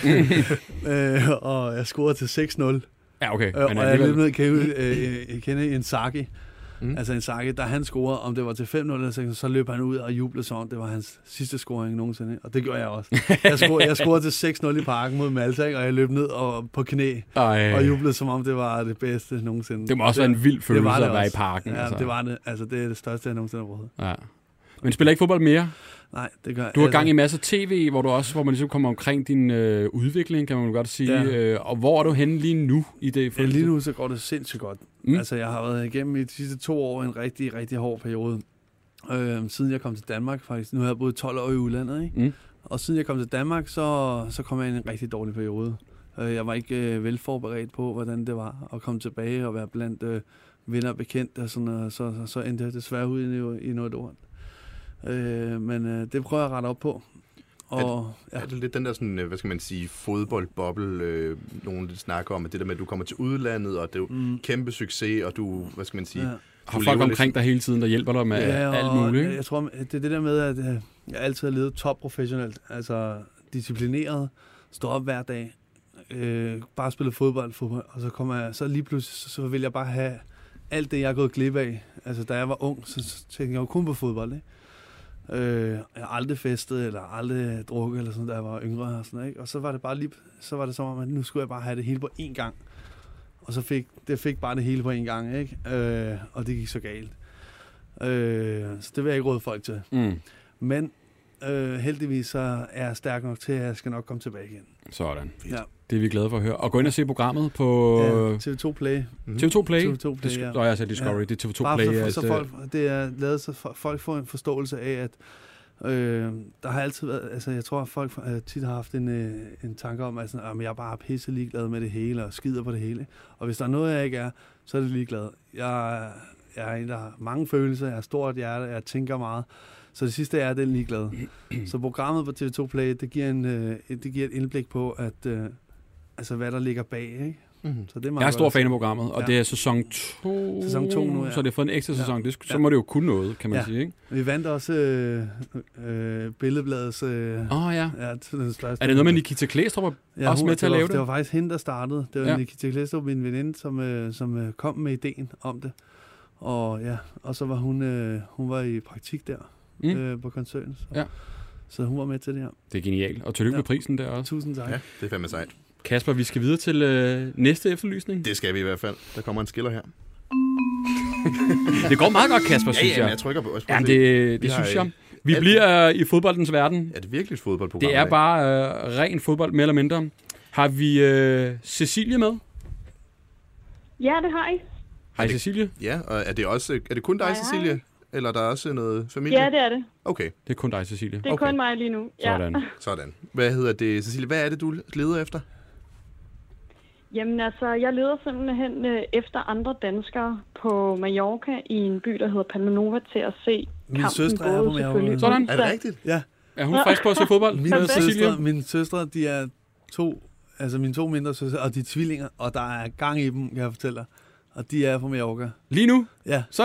øh, og jeg scorede til seks nul. Ja, okay. Øh, Men og jeg alligevel- løb ned, kan I øh, kende Inzaghi? Mm. Altså Inzaghi, da han scorede, om det var til fem nul eller seks, så løb han ud og jublede sådan. Det var hans sidste scoring nogensinde, og det gjorde jeg også. Jeg scorede, jeg scorede til seks nul i parken mod Malta, ikke? Og jeg løb ned og på knæ Ej, og jublede, som om det var det bedste nogensinde. det må også være en vild følelse det var det at være i også. parken. Ja, altså. det var det. Altså, det er det største, jeg nogensinde har prøvet. Ja. Men spiller ikke fodbold mere? Nej, det gør Du har altså, gang i masser af tv, hvor du også, hvor man ligesom kommer omkring din øh, udvikling, kan man godt sige. Ja. Øh, og hvor er du henne lige nu i det? Ja, lige nu så går det sindssygt godt. Mm. Mm. Altså, jeg har været igennem i de sidste to år en rigtig, rigtig hård periode. Øh, siden jeg kom til Danmark, faktisk. Nu har jeg boet tolv år i udlandet, ikke? Mm. Og siden jeg kom til Danmark, så, så kom jeg ind i en rigtig dårlig periode. Øh, jeg var ikke øh, velforberedt på, hvordan det var at komme tilbage og være blandt øh, venner og bekendte, og sådan, og så, så, så endte jeg desværre ud i, i noget lort. Øh, men øh, det prøver jeg at rette op på. Og, Ja. Er det lidt den der sådan, hvad skal man sige, fodboldboble, øh, nogen lidt snakker om, at det der med, at du kommer til udlandet, og det er jo Mm. kæmpe succes, og du, hvad skal man sige... Ja. Har du folk lever omkring dig hele tiden, der hjælper dig med Ja, alt og muligt, jeg, ikke? jeg tror, det er det der med, at øh, jeg altid har levet top professionelt. Altså disciplineret, stå op hver dag, øh, bare spille fodbold, fodbold, og så kommer jeg, så lige pludselig, så, så vil jeg bare have alt det, jeg har gået glip af. Altså da jeg var ung, så, så tænkte jeg jo kun på fodbold, ikke? Øh, jeg har aldrig festet, eller aldrig drukket, eller sådan, da jeg var yngre, og sådan, ikke? Og så var det bare lige, så var det som om, at nu skulle jeg bare have det hele på én gang. Og så fik, det fik bare det hele på én gang, ikke? Øh, og det gik så galt. Øh, så det vil jeg ikke råde folk til. Mm. Men øh, heldigvis så er jeg stærk nok til, at jeg skal nok komme tilbage igen. Sådan. Ja. Det er vi glade for at høre. Og gå ind og se programmet på Ja, T V to Play. T V to Play. T V to Play, Dis- ja. Nå, jeg sagde Discovery. Ja. Det er T V to Bare Play. så, så at, folk, det er lavet, så fo- folk får en forståelse af, at øh, der har altid været, altså jeg tror, at folk øh, tit har haft en, øh, en tanke om, at sådan, jeg er bare pisse ligeglad med det hele, og skider på det hele. Og hvis der er noget, jeg ikke er, så er det ligeglad. Jeg, jeg er en, der har mange følelser, jeg har stort hjerte, jeg tænker meget. Så det sidste er, at det er ligeglad. Så programmet på T V to Play, det giver, en, øh, det giver et indblik på, at, øh, altså, hvad der ligger bag, ikke? Mm-hmm. Så det er meget Jeg er stor godt. fan af programmet, og Ja. det er sæson to. Sæson to nu, ja. Så det har fået en ekstra Ja. sæson. Det, sk- så Ja. må det jo kunne noget, kan man Ja. sige, ikke? Vi vandt også øh, øh, Billedbladets... Øh, Åh, oh, ja. ja, til den største. Er det noget med Nikita Klæstrup ja, også hun- med til at var, lave det? Det var faktisk hende, der startede. Det var Ja. ja. Nikita Klæstrup, min veninde, som, øh, som øh, kom med ideen om det. Og ja, og så var hun, øh, hun var i praktik der Mm. mm. øh, på koncernen. Så. Ja. så hun var med til det her. Det er genialt. Og tillykke Ja. med prisen der også. Tusind tak. Ja, det er fandme sejt. Kasper, vi skal videre til øh, næste efterlysning. Det skal vi i hvert fald. Der kommer en skiller her. Det går meget godt, Kasper, Ja, synes ja, men jeg. jeg trykker på. Jeg Ja, det, det, Vi det har, synes øh, jeg. Vi alt- bliver i fodboldens verden. er det virkelig et fodboldprogram? Det er i dag? bare øh, ren fodbold, mere eller mindre. Har vi øh, Cecilie med? Ja, det har I. Hej, det- Cecilie. Ja, og er det, også, er det kun dig, Hej, hej. Cecilie? Eller er der også noget familie? Ja, det er det. Okay, Det er kun dig, Cecilie. Det er Okay. kun mig lige nu. Ja. Sådan. sådan. Hvad hedder det, Cecilie? Hvad er det, du leder efter? Jamen altså, jeg leder simpelthen øh, efter andre danskere på Mallorca i en by, der hedder Palmanova, til at se Min kampen søstre er både på Mallorca. selvfølgelig Sådan. onsdag- Er det rigtigt? Ja, Er hun frisk på at se fodbold? mine med Cecilie? søstre, mine søstre, de er to, altså mine to mindre søstre, og de er tvillinger, og der er gang i dem, kan jeg fortælle dig. Og de er på Mallorca. Lige nu? Ja, Sådan.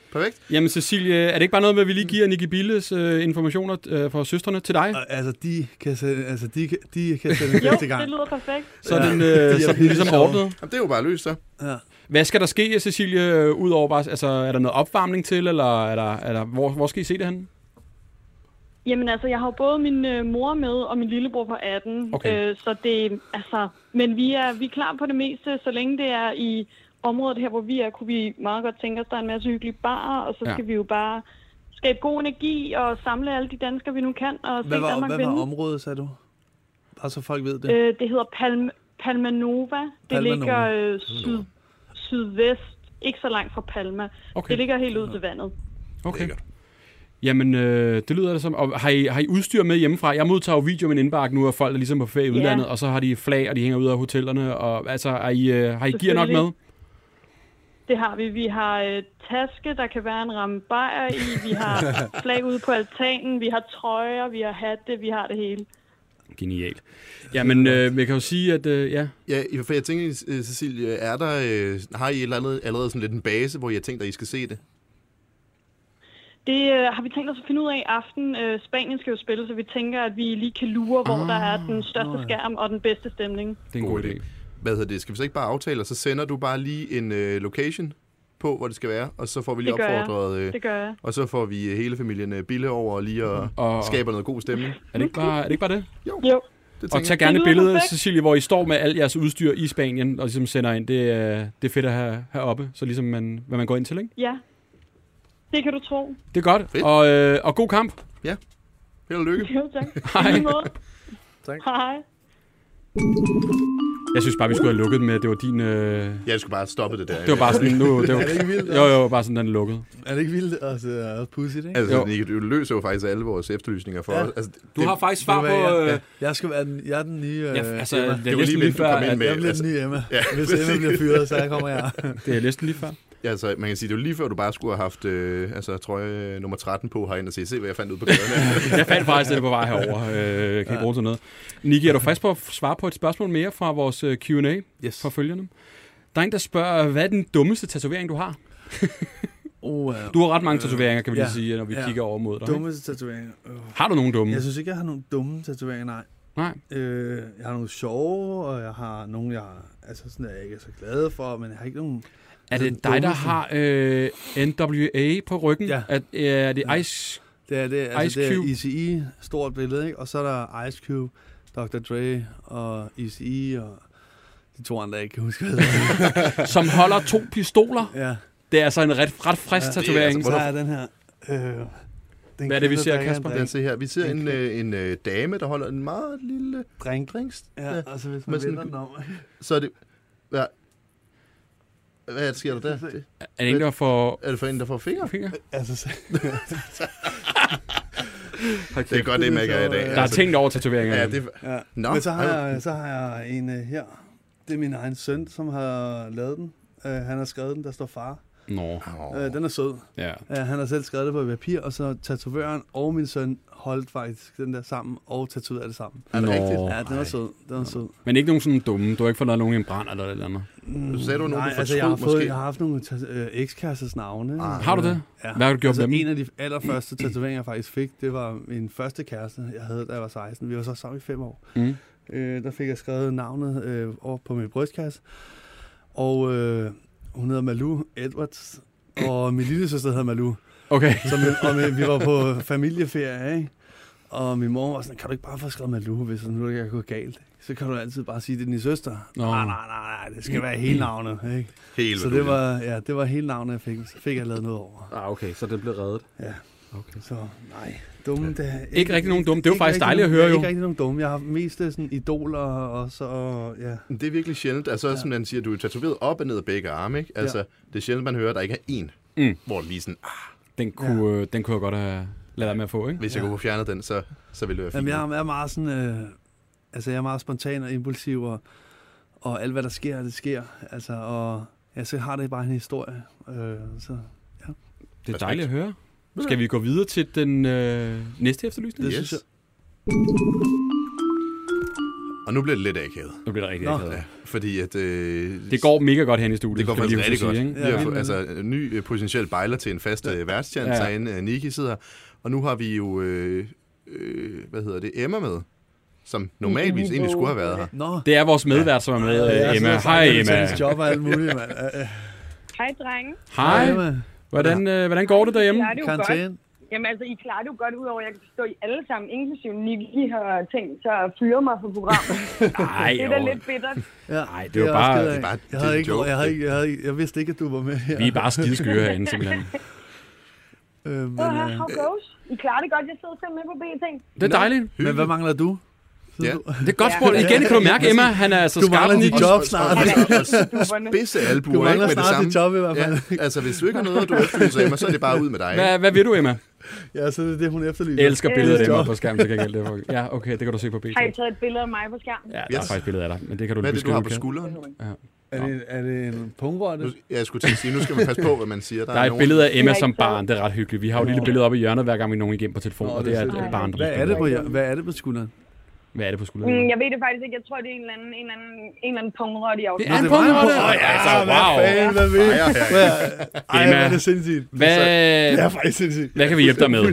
Perfekt. Jamen Cecilie, er det ikke bare noget med, at vi lige giver Nicky Billes uh, informationer uh, fra søstrene til dig? Og, altså, de kan sætte, altså, de, de kan sætte en fest i gang. Jo, det lyder perfekt. Så er den, uh, ja, så den ligesom ordnet. Jamen, det er jo bare løst, så. Ja. Hvad skal der ske, Cecilie, ud over bare... Altså, er der noget opvarmning til, eller er der, er der, hvor, hvor skal I se det henne? Jamen altså, jeg har jo både min øh, mor med og min lillebror på atten. Okay. Øh, så det, altså... Men vi er, vi er klar på det meste, så længe det er i området her, hvor vi er, kunne vi meget godt tænke os, der er en masse hyggelige barer, og så skal ja. vi jo bare skabe god energi og samle alle de danskere, vi nu kan, og se hvad var, Danmark hvad vinde. Hvad var området, sagde du? Bare så folk ved det. Øh, det hedder Palm, Palmanova. Det Palmanova. ligger øh, syd, sydvest, ikke så langt fra Palma. Okay. Det ligger helt ud til vandet. Okay. Jamen, øh, det lyder det som... Og har I, har I udstyr med hjemmefra? Jeg modtager jo video med en indbakke nu, og folk er ligesom på ferie i Ja. udlandet, og så har de flag, og de hænger ud af hotellerne, og altså, er I, øh, har I gear nok med? Det har vi. Vi har øh, taske, der kan være en ramme bajer i. Vi har flag ude på altanen. Vi har trøjer, vi har hatte, vi har det hele. Genialt. Jamen, øh, jeg kan jo sige, at... Øh, ja. Ja, for jeg tænker, Cecilie, er der, øh, har I et eller andet, allerede sådan lidt en base, hvor I har tænkt, at I skal se det? Det øh, har vi tænkt os at finde ud af i aften. Øh, Spanien skal jo spille, så vi tænker, at vi lige kan lure, hvor Ah, der er den største skærm og den bedste stemning. Det er en god idé. Hvad hedder det? Skal vi så ikke bare aftale, og så sender du bare lige en øh, location på, hvor det skal være, og så får vi lige Det gør opfordret... Øh, Det gør jeg. og så får vi hele familien øh, Bille over og lige og, Og- skaber noget god stemning. Er det ikke bare, er det, ikke bare det? Jo. Det Og tænker tag jeg. gerne Det et lyder billede, perfekt. Cecilie, hvor I står med alt jeres udstyr i Spanien, og ligesom sender ind. Det, er- det er fedt at have heroppe, så ligesom man, hvad man går ind til, ikke? Ja, det kan du tro. Det er godt. Fedt. Og, øh, og god kamp. Held og lykke. Jo, tak. Hej. I lige måde. Tak. Hej. Jeg synes bare, vi skulle have lukket med, at det var din... Øh... Ja, jeg skulle bare stoppe det der. Det var bare sådan, nu... Det var... Er det ikke vildt? Jo, jo, bare sådan, den er lukket. Er det ikke vildt? Altså, det er pudsigt, ikke? Altså, Jo. Nick, du løser jo faktisk alle vores efterlysninger for Ja. os. Altså, Du har faktisk svar Ved på... du hvad, Øh... jeg, jeg skal være den, jeg er den nye Ja, øh, altså, Emma. det det er var næsten lige lige ved, du før, kom ind at... med. Jeg bliver altså- den nye Emma. Ja, Hvis præcis. Emma bliver fyret, så kommer jeg. Det er næsten lige før. Ja, altså, man kan sige, det er jo lige før, du bare skulle have haft øh, altså, trøje nummer tretten på herinde og se, se hvad jeg fandt ud på gaderne. Jeg fandt faktisk, at det på vej herover. Øh, kan ikke bruge til noget. Nicky, er du frisk på at svare på et spørgsmål mere fra vores øh, Q and A Yes. fra følgerne? Der er en, der spørger, hvad er den dummeste tatovering, du har? Oh, uh, Du har ret mange tatoveringer, kan vi lige ja. sige, når vi Ja. kigger over mod dig. ikke? Dummeste tatoveringer. Uh. Har du nogen dumme? Jeg synes ikke, jeg har nogen dumme tatoveringer, nej. Nej. Øh, jeg har nogle sjove, og jeg har nogle, jeg altså sådan, jeg ikke er så glad for, men jeg har ikke nogen... Er det den dig, der dummeste. har øh, N W A på ryggen? Ja. Er, er det Ice... Det er det, altså Ice det er Cube. E C E, stort billede, ikke? Og så er der Ice Cube, doktor Dre og E C E og de to andre, jeg ikke kan huske, hvad hedder. som holder to pistoler? Ja. Det er altså en ret, ret frisk Ja, ja, tatovering. Så er den her... Øh, den Hvad er det, vi kvinde, ser, der drikker Kasper? en Lad drink. os se her. Vi ser en, En øh, en øh, dame, der holder en meget lille Drink. drinks. Ja, Ja. altså hvis Med man sådan vender en- den om. Så er det... Ja. Hvad er det, sker der der? Det, Er det en, der får er det for en, der får fingre? fingre? Altså, så, Det er godt, det mærker jeg i dag. Der er tænkt over tatoveringer. Ja, det ja. Nå, Men så har, ej, jeg, så har jeg en uh, her. Det er min egen søn, som har lavet den. Uh, han har skrevet den, der står far. Nå, Uh, den er sød. ja. Uh, han har selv skrevet det på papir, og så tatovøren og min søn holdt faktisk den der sammen og tatoverede det sammen. Er det Nå. rigtigt? Ja, den er sød. Den er sød. Men ikke nogen sådan dumme. Du har ikke fået lavet nogen i en brand eller et eller andet. Mm, sagde du nogen, nej, du altså, jeg har, fortrød fået, måske? jeg har haft nogle ta- øh, ekskæresters navne. Ah. Har du det? Ja. Hvad har du gjort altså, med dem? en af de allerførste tatoveringer, jeg faktisk fik, det var min første kæreste, jeg havde, da jeg var seksten. Vi var så sammen i fem år. Mm. Øh, der fik jeg skrevet navnet øh, over på min brystkasse. Og øh, hun hedder Malou Edwards, og min lille søster hedder Malou. Okay. Så min, og min, vi var på familieferie, ikke? Og min mor var sådan, kan du ikke bare få skrevet Malou, hvis nu er det gå galt? Så kan du altid bare sige, det er din søster. Nå. Nej, nej, nej, nej, det skal være hele navnet, ikke? Helt Så det var, ja, det var hele navnet, jeg fik. Så fik jeg lavet noget over. Ah, okay, så det blev reddet. Ja. Okay. Så nej, dumme. Det er Ikke rigtig nogen dumme. Det er jo ikke faktisk rigtig dejligt at nogen- høre, jo. Ikke rigtig nogen dumme. Jeg har mest sådan idoler og så, ja. Det er virkelig sjældent. Altså, ja. som man siger, du er tatoveret op og ned af begge arme, ikke? Altså, Ja. det er sjældent, man hører, at der ikke er én, Mm. hvor det lige sådan, ah, Den kunne, ja. den kunne jeg godt have lavet være med at få, ikke? hvis jeg Ja. kunne få fjernet den, så, så ville det være fint. Jamen, jeg er meget sådan, øh, altså jeg er meget spontan og impulsiv, og, og alt hvad der sker, det sker. Altså, og ja, så har det bare en historie. Øh, så Det er dejligt at høre. Skal vi gå videre til den øh, næste efterlysning? det Yes. synes jeg. Og nu bliver det lidt akavet. Nu bliver det rigtig akavet. Ja, fordi at... Øh, det går mega godt hen i studiet. Det går faktisk rigtig godt. Sige, vi har ja, altså en ny potentiel bejler til en fast ja. værtstjerne, ja. herinde. Niki sidder. Og nu har vi jo, øh, øh, hvad hedder det, Emma med, som normalvis egentlig skulle have været her. Nå. Det er vores medvært, som er med, ja, Emma. Hej, Emma. Job og alt muligt, mand. Hej, drenge. Hej. Hvordan, øh, hvordan går det derhjemme? Det Karantæne. Jamen altså, I klarer det jo godt ud over, jeg kan forstå, I alle sammen, inklusive Niki, har tænkt sig at fyre mig for programmet. Ej, det er da lidt bittert. Ja, nej, det er jo bare... Det er bare jeg, havde ikke, jeg, havde ikke, jeg, havde ikke, jeg vidste ikke, at du var med her. Vi er bare skideskøre herinde, simpelthen. øh, men, uh, how goes? I klarer det godt, jeg sidder selv med på B T. Det er dejligt. Men hvad mangler du? Ja. Det er godt spurgt. Igen kan du mærke, Emma, han er så skarp. Du mangler dit job snart. Spidse albuer, du ikke med det samme. Dit job, i hvert fald. Ja, altså, hvis du ikke har noget, du efterlyser, Emma, så er det bare ud med dig. Hvad, hvad vil du, Emma? Ja, så er det det, hun efterlyser. Jeg elsker billedet af Emma på skærmen, så kan jeg det. Ja, okay, det kan du se på B T. Har I taget et billede af mig på skærmen? Ja, der er faktisk et billede af dig, men det kan du Hvad lige er det, du har på skulderen? Ja. Er det, er det en pungrotte? Ja, jeg skulle til at sige, nu skal man passe på, hvad man siger. Der, der er et nogen... billede af Emma som barn, det er ret hyggeligt. Vi har jo et lille billede oppe i hjørnet, hver gang vi er nogen igennem på telefonen, og det er et barn. Hvad er det på, hvad er det på skulderen? Hvad er det på skulderen? Mm, jeg ved det faktisk ikke. Jeg tror, det er en eller anden, en eller anden, en eller anden pungrotte i afsnit. Det er en pungrotte? Åh, ja, altså, wow. Hvad fanden, hvad ved Ej, Emma, det er sindssygt. Hvad, det er faktisk sindssygt. Hvad kan vi hjælpe dig med?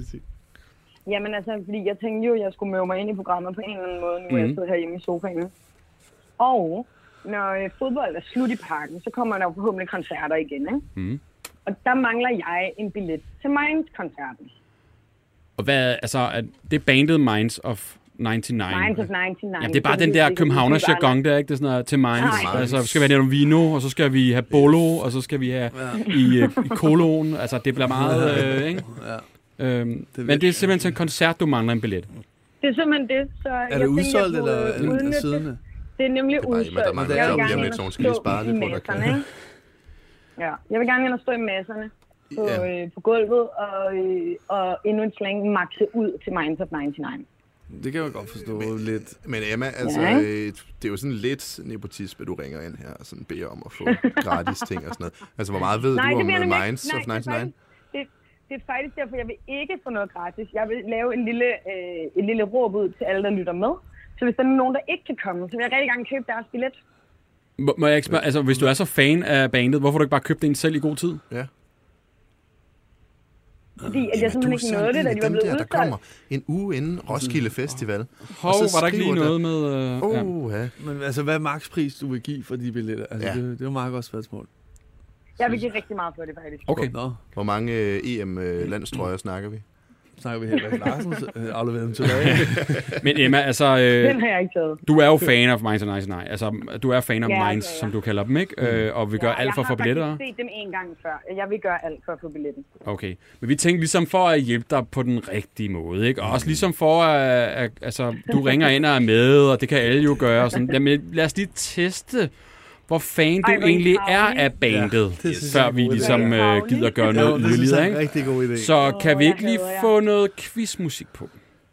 Jamen altså, fordi jeg tænkte jo, at jeg skulle møde mig ind i programmet på en eller anden måde, nu mm. jeg sidder herhjemme i sofaen. Og når fodbold er slut i parken, så kommer der jo forhåbentlig koncerter igen, ikke? Mm. Og der mangler jeg en billet til Minds-koncerten. Og hvad, altså, det er bandet Minds of nioghalvfems. Minds of nioghalvfems. Ja, det er bare den der københavner jargon der, ikke? Det er sådan noget, til Minds. Altså, så skal vi have noget vino, og så skal vi have bolo, og så skal vi have ja. i, i koloen. Altså, det bliver meget, øh, ikke? Ja. Øhm, det men det er simpelthen til en koncert, du mangler en billet. Det er simpelthen det, så er jeg det udsolgt, eller er det siddende? Det er nemlig udsolgt. Det er bare, der mangler job, så hun skal lige spare lidt på, der kan. Ja, jeg vil gerne ind og stå i masserne. På, ja. øh, på gulvet, og, øh, og endnu en slang makse ud til Minds of nioghalvfems. Det kan jeg godt forstå men, lidt. Men Emma, altså, ja. øh, det er jo sådan lidt nepotisme, du ringer ind her og sådan beder om at få gratis ting og sådan noget. Altså, hvor meget ved nej, du om Minds nej, of nioghalvfems? Det, det er faktisk derfor, jeg vil ikke få noget gratis. Jeg vil lave en lille, øh, en lille råb ud til alle, der lytter med. Så hvis der er nogen, der ikke kan komme, så vil jeg rigtig gerne købe deres billet. Må, må jeg ikke spørge, altså, hvis du er så fan af bandet, hvorfor har du ikke bare købt en selv i god tid? Ja. Fordi at jeg simpelthen ikke nåede det, da de var blevet udsolgt. Der kommer en uge inden Roskilde Festival. Hov, var der ikke lige noget med... Øh, oh, ja. Men altså, hvad er makspris, du vil give for de billetter? Altså, ja. det, det er jo meget godt spørgsmål. Jeg vil give rigtig meget for det, faktisk. Okay. Nå. Hvor mange øh, E M-landstrøjer snakker vi? Snakker vi Henrik Larsen, afleverer dem tilbage. Men Emma, altså... Øh, Den har jeg ikke taget. Du er jo fan af Minds of nioghalvfems. Altså, du er fan af ja, Minds, okay, ja. som du kalder dem, ikke? Mm. Øh, og vi gør ja, alt for at få billetter. Jeg har faktisk set dem en gang før. Jeg vil gøre alt for at få billetten. Okay. Men vi tænker ligesom for at hjælpe dig på den rigtige måde, ikke? Og også ligesom for at... at altså, du ringer ind og er med, og det kan alle jo gøre. Og sådan. Jamen, lad os lige teste... hvor fan du Ej, egentlig er af bandet, ja, før vi ligesom øh, gider gøre noget yderligere, ikke? Rigtig god idé. Så kan vi ikke lige få noget quizmusik på?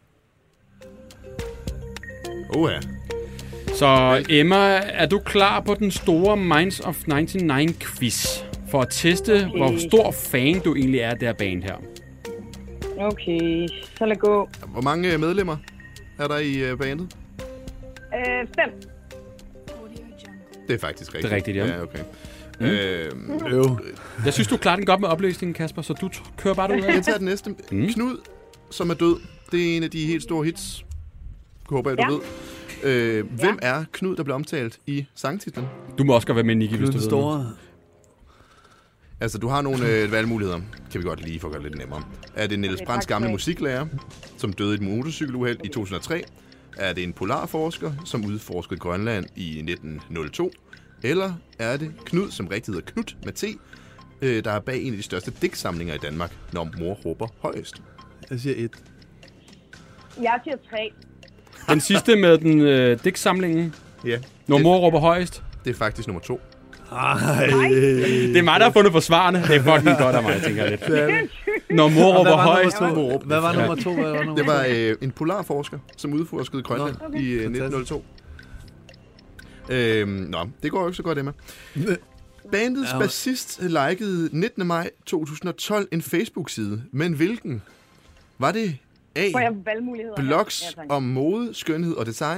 Åh ja. Så Emma, er du klar på den store Minds of nioghalvfems quiz? For at teste, okay. hvor stor fan du egentlig er af det her band her. Okay, så lad gå. Hvor mange medlemmer er der i uh, bandet? Øh, fem. Det er faktisk rigtigt. Det er rigtigt, ja. Ja, okay. Mm. Øhm, øh. Jeg synes, du klarer den godt med opløsningen, Kasper, så du kører bare ud af. Jeg tager den næste. Mm. Knud, som er død. Det er en af de helt store hits. Jeg håber, jeg, du ja. ved. Øh, hvem ja. er Knud, der bliver omtalt i sangtitlen? Du må også godt være med, Niki, hvis du ved store. Altså, du har nogle øh, valgmuligheder. Kan vi godt lige få gøre lidt nemmere. Er det Niels Brandts gamle musiklærer, som døde i et motorcykeluheld i to tusind og tre? Er det en polarforsker, som udforskede Grønland i nitten nul to? Eller er det Knud, som rigtig hedder Knut med T, øh, der er bag en af de største digtsamlinger i Danmark, Når mor råber højest? Jeg siger et. Jeg siger tre. Den sidste med den øh, digtsamlingen? Ja. Når mor råber højest? Det er faktisk nummer to. Ej. Det er mig, der har fundet på svarene. Det er fucking godt af mig, tænker jeg lidt. Når mor råber højst. Hvad var nummer to? Hvad var nummer det var øh, en polarforsker, som udforskede Grønland okay. i øh, nitten nul to. Øhm, nå, det går jo ikke så godt, Emma. Bandets ja. bassist likede nittende maj to tusind og tolv en Facebook-side. Men hvilken? Var det A. Blogs ja, om mode, skønhed og design?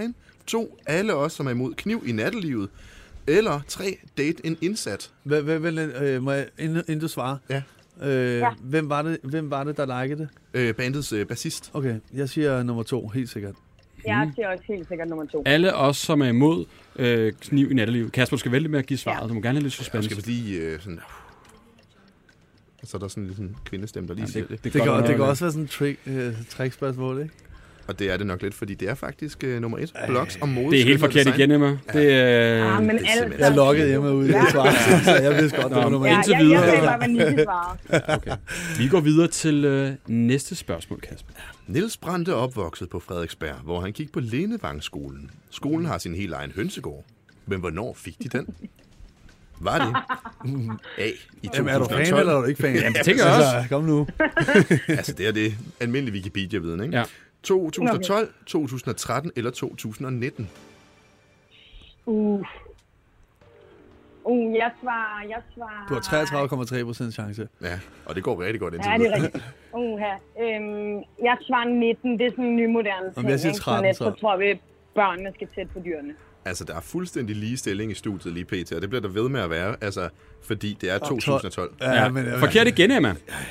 to. Alle os, som er imod kniv i nattelivet. Eller tre. Date en indsat. Øh, må jeg, inden, inden du svarer? Ja. Øh, Ja. hvem, var det, hvem var det, der likede det? Øh, bandets øh, bassist. Okay, jeg siger nummer to, helt sikkert. Jeg siger også helt sikkert nummer to. Alle os, som er imod øh, kniv i nattelivet. Kasper, du skal vælge med at give svaret. Ja. Du må gerne have lidt Jeg suspense. skal lige øh, sådan... Så er der sådan en lille kvindestemme, der lige Ja, siger det- det. Det kan, godt det kan være, også være sådan et trick, øh, trickspørgsmål, ikke? Og det er det nok lidt, fordi det er faktisk øh, nummer et. Blogs og mode. Det er helt skønhed og forkert design. igen, Emma. Det er... Ah, men det er altså... simpelthen- Jeg loggede hjemme ud i det svar, så jeg vidste godt, det var Nå, nummer Ja, et. indtil jeg, videre. jeg sagde bare, hvad Nicky svarede. Okay. Vi går videre til øh, næste spørgsmål, Kasper. Niels Brandt er opvokset på Frederiksberg, hvor han gik på Lindevangskolen. Skolen har sin helt egen hønsegård. Men hvornår fik de den? Var det A i Jamen, er du fan, to tusind og tolv? eller er du ikke fan? Jamen, det tænker jeg også. Altså, kom nu. Altså, det er det almindelige Wikipedia-viden, ikke? Ja. to tusind og tolv, to tusind og tretten eller to tusind og nitten? Uh. Uh, jeg svarer... Jeg svarer... Du har treogtredive komma tre procent chance. Ja, og det går rigtig godt indtil Ja, det er videre. rigtigt. Uh, øhm, jeg svarer nitten. Det er sådan en nymoderne ting. jeg siger ikke? tretten, så. Så tror vi, at børnene skal tæt på dyrene. Altså, der er fuldstændig lige stilling i studiet lige pt, og det bliver der ved med at være, altså, fordi det er to tusind og tolv. Ja, Ja, men, øh, forkert igen, Emma.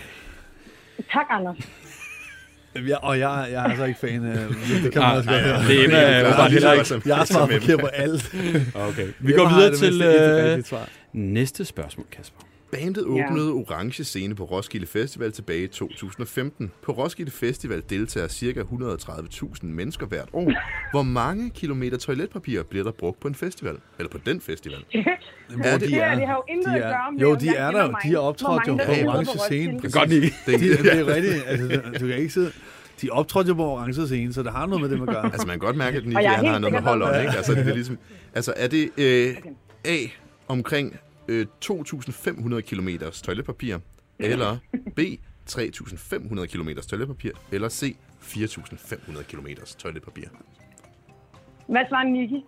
Tak, Anders. jeg, og jeg, jeg er altså ikke fan af det. kan man Ah, også godt høre. det er Emma Det er jo åbenbart klart, heller ikke. som- Jeg har som svaret Emma. forkert på alt. Okay. Vi Emma går har videre det til mindste et øh, rigtigt svar. næste spørgsmål, Kasper. Bandet åbnede Orange Scene på Roskilde Festival tilbage i to tusind og femten. På Roskilde Festival deltager ca. et hundrede og tredive tusind mennesker hvert år. Hvor mange kilometer toiletpapir bliver der brugt på en festival? Eller på den festival? Jamen, Er hvor det- de Det er. her, det har jo intet De at er- gøre med... Jo, om de jeg er kender der. mig. De har optrådt Hvor jo mange, på der Orange sidder Scene. Roskilde. Godt ikke. Det, De, det er rigtigt. Altså, du kan ikke sidde... De optrådte jo på Orange Scene, så det har noget med det at gøre. altså, man kan godt mærke, at Nicky Og jeg er han har helt noget med sikker hold på- on, ikke? Altså, det er ligesom, altså, er det øh, A, omkring øh, to tusind fem hundrede kilometers toiletpapir, eller B, tre tusind fem hundrede kilometers toiletpapir, eller C, fire tusind fem hundrede kilometers toiletpapir? Hvad svarer Nicky?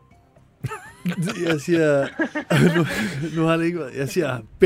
Jeg siger... Nu, nu har det ikke været... Jeg siger B.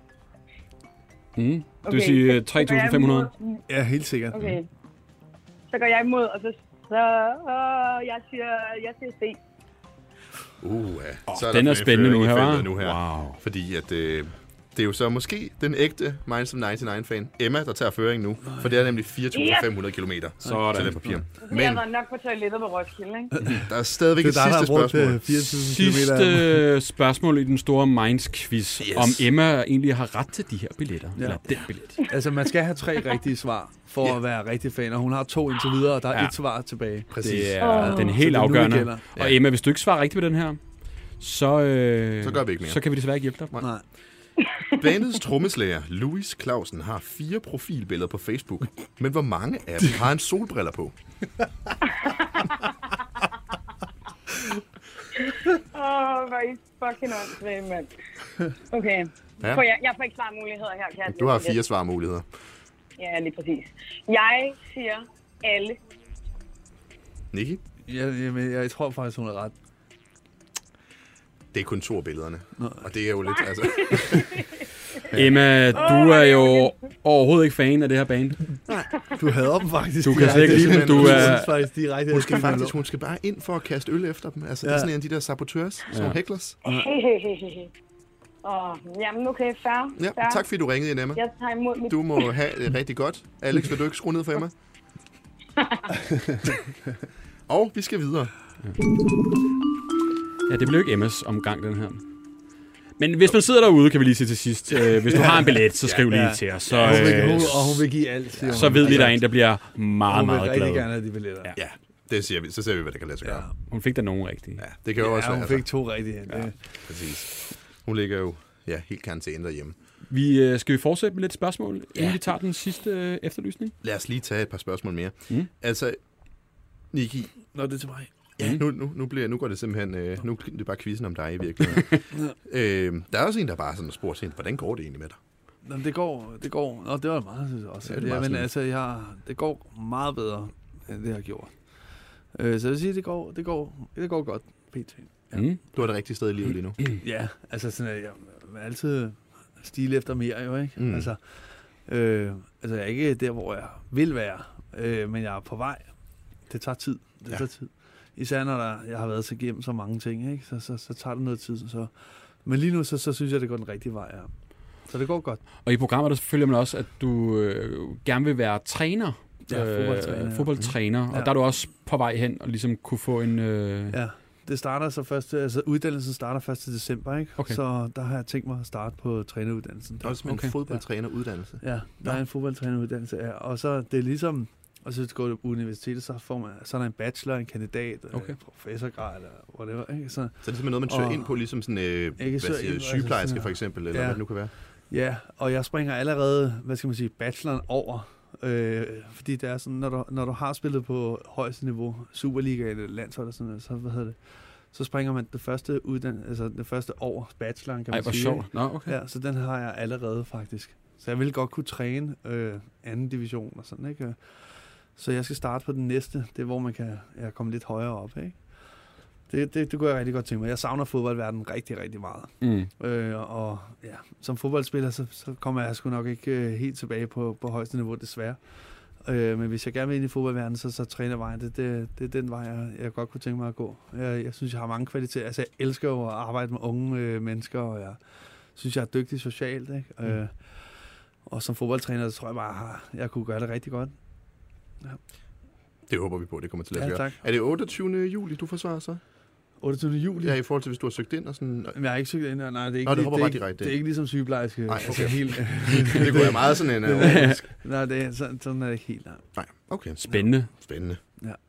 Mm. Det vil Okay, sige så- øh, tre tusind fem hundrede. så går jeg imod- Ja, helt sikkert. Okay. Så går jeg imod, og så... så øh, jeg siger... Jeg siger C. Uh, ja. Oh, Så er den der er spændende nu føring i her, feltet hva'? nu her. Wow. Fordi at, øh, det er jo så måske den ægte Minds of nioghalvfems-fan, Emma, der tager føring nu. For det er nemlig fire tusind fem hundrede kilometer Sådan. toiletpapir. Men... Men Jeg har været nok på toilettet på Roskilde, ikke? der er stadigvæk Det et er dig, der sidste har brugt spørgsmål. øh, fire tusind kilometer. Sidste spørgsmål i den store Minds-quiz. Yes. Om Emma egentlig har ret til de her billetter. Ja. Eller den billet. Altså, man skal have tre rigtige svar for Ja. at være rigtig fan, og hun har to indtil videre, og der er Ja. et svar tilbage. Præcis. Det er Åh. den Så helt det er nu, det afgørende. gælder. Og Emma, hvis du ikke svarer rigtigt på den her, så, øh, Så gør vi ikke mere. så kan vi desværre ikke hjælpe dig. Nej. Bandets trommeslager, Louis Clausen, har fire profilbilleder på Facebook. Men hvor mange af dem har han solbriller på? Åh, oh, hvor er I fucking åndssvage, mand. Okay. Ja. Får jeg, jeg får ikke svarmuligheder her, kan jeg Du har sige. fire svarmuligheder. Ja, lige præcis. Jeg siger alle. Jeg, Nicky? jeg, jeg tror faktisk, hun er ret. Det er kun to af billederne. Og det er jo lidt, altså... Emma, du er jo overhovedet ikke fan af det her band. Du hader dem faktisk. Du kan direkte. slet ikke lide dem. Du Jeg er- synes faktisk direkte, Hun at skal jeg faktisk, hun skal bare ind for at kaste øl efter dem. Altså, ja. Det er sådan en af de der sabotørs, sådan nogle hecklers. Åh, oh, jamen okay, fair. Ja, fair. tak fordi du ringede ind, Emma. Jeg tager imod mit... Du må have det rigtig godt. Alex, vil du ikke skrue ned for Emma? Og vi skal videre. Ja, det blev ikke Emmas omgang, den her. Men hvis man sidder derude, kan vi lige sige til sidst. Øh, hvis du har en billet, så skriv lige Ja. til os. Så, Hun vil, øh, hun, og hun vil give alt, siger hun. så ved vi, der er en, der bliver meget, Hun vil meget rigtig glad. gerne have de billetter. Ja. Ja, det siger vi. Så ser vi, hvad det kan lade sig gøre. Ja. Hun fik da nogen rigtige. Ja, det kan jo også Ja, være. hun fik to rigtige. Ja, Det- præcis. Hun ligger jo ja, helt karantæne derhjemme. Vi, øh, skal vi fortsætte med lidt spørgsmål, Ja. inden vi tager den sidste øh, efterlysning? Lad os lige tage et par spørgsmål mere. Mm. Altså, Nicky, Nå, det er til mig. ja, nu, nu, nu, bliver, nu går det simpelthen, øh, nu er det bare quizzen om dig i virkeligheden. øh, der er også en, der bare sådan spurgt sig, hvordan går det egentlig med dig? Nå, det går, det går, nå, det var meget, synes jeg også. Ja, det er Ja, meget men smidigt. altså, jeg, det går meget bedre, end det har gjort. Øh, så jeg vil sige, det går, det går, det går godt, P T. Ja. Mm. Du er det rigtige sted i livet lige nu. Ja, altså sådan, at jeg vil altid stile efter mere jo, ikke? Mm. Altså, øh, altså, jeg er ikke der, hvor jeg vil være, øh, men jeg er på vej. Det tager tid. Det Ja. tager tid. Især når der, jeg har været til igennem så mange ting, ikke? Så, så, så tager det noget tid. Så. Men lige nu, så, så synes jeg, det går den rigtige vej. Ja. Så det går godt. Og i programmet der følger man også, at du øh, gerne vil være træner. Ja, fodboldtræner. Øh, fodboldtræner. Ja. Og der er du også på vej hen og ligesom kunne få en... Øh... Ja, det starter så først, altså uddannelsen starter første december, ikke? Okay. Så der har jeg tænkt mig at starte på træneruddannelsen. Der er også Okay. en fodboldtræneruddannelse. Ja, der er en fodboldtræneruddannelse, ja. Og så det er ligesom, og så går du på universitetet, så får man, så er der en bachelor, en kandidat, Okay. øh, professorgrad, eller whatever, ikke? Så, Så er det simpelthen noget, man søger Og- ind på, ligesom sådan, øh, hvad Ikke søger siger, ind, sygeplejerske altså sådan- for eksempel, eller Ja. hvad det nu kan være. ja, og jeg springer allerede, hvad skal man sige, bacheloren over, øh, fordi det er sådan, når du, når du har spillet på højeste niveau, Superligaen eller landshold og sådan noget, så, hvad hedder det, så springer man det første uddan- altså det første år bacheloren, kan Ej, man hvor sige. sjovt. ikke? Nå, okay. Ja, så den har jeg allerede faktisk. Så jeg vil godt kunne træne øh, anden division og sådan, ikke? Så jeg skal starte på den næste, det er, hvor man kan ja, komme lidt højere op, ikke? Det, det, det kunne jeg rigtig godt tænke mig. Jeg savner fodboldverdenen rigtig, rigtig meget. Mm. Øh, og ja, som fodboldspiller, så, så kommer jeg sgu nok ikke øh, helt tilbage på, på højeste niveau, desværre. Øh, men hvis jeg gerne vil ind i fodboldverdenen, så, så træner vejen. Det, det, det er den vej, jeg, jeg godt kunne tænke mig at gå. Jeg, jeg synes, jeg har mange kvaliteter. Altså, jeg elsker jo at arbejde med unge øh, mennesker, og jeg synes, jeg er dygtig socialt, ikke? Mm. Øh, og som fodboldtræner, så tror jeg bare, at jeg kunne gøre det rigtig godt. Det håber vi på, det kommer til at Ja, gøre. tak. Er det otteogtyvende juli, du forsvarer så? otteogtyvende juli? Ja, i forhold til, hvis du har søgt ind og sådan... Men jeg har ikke søgt ind, og nej, det er ikke, Nå, det det, hopper det, er bare ikke, direkte det er ikke ligesom sygeplejerske. Nej, Altså, okay. helt, Det kunne være meget sådan en... Uh, nej, det er, sådan, sådan er det ikke helt. Nej. nej, okay. Spændende. Spændende.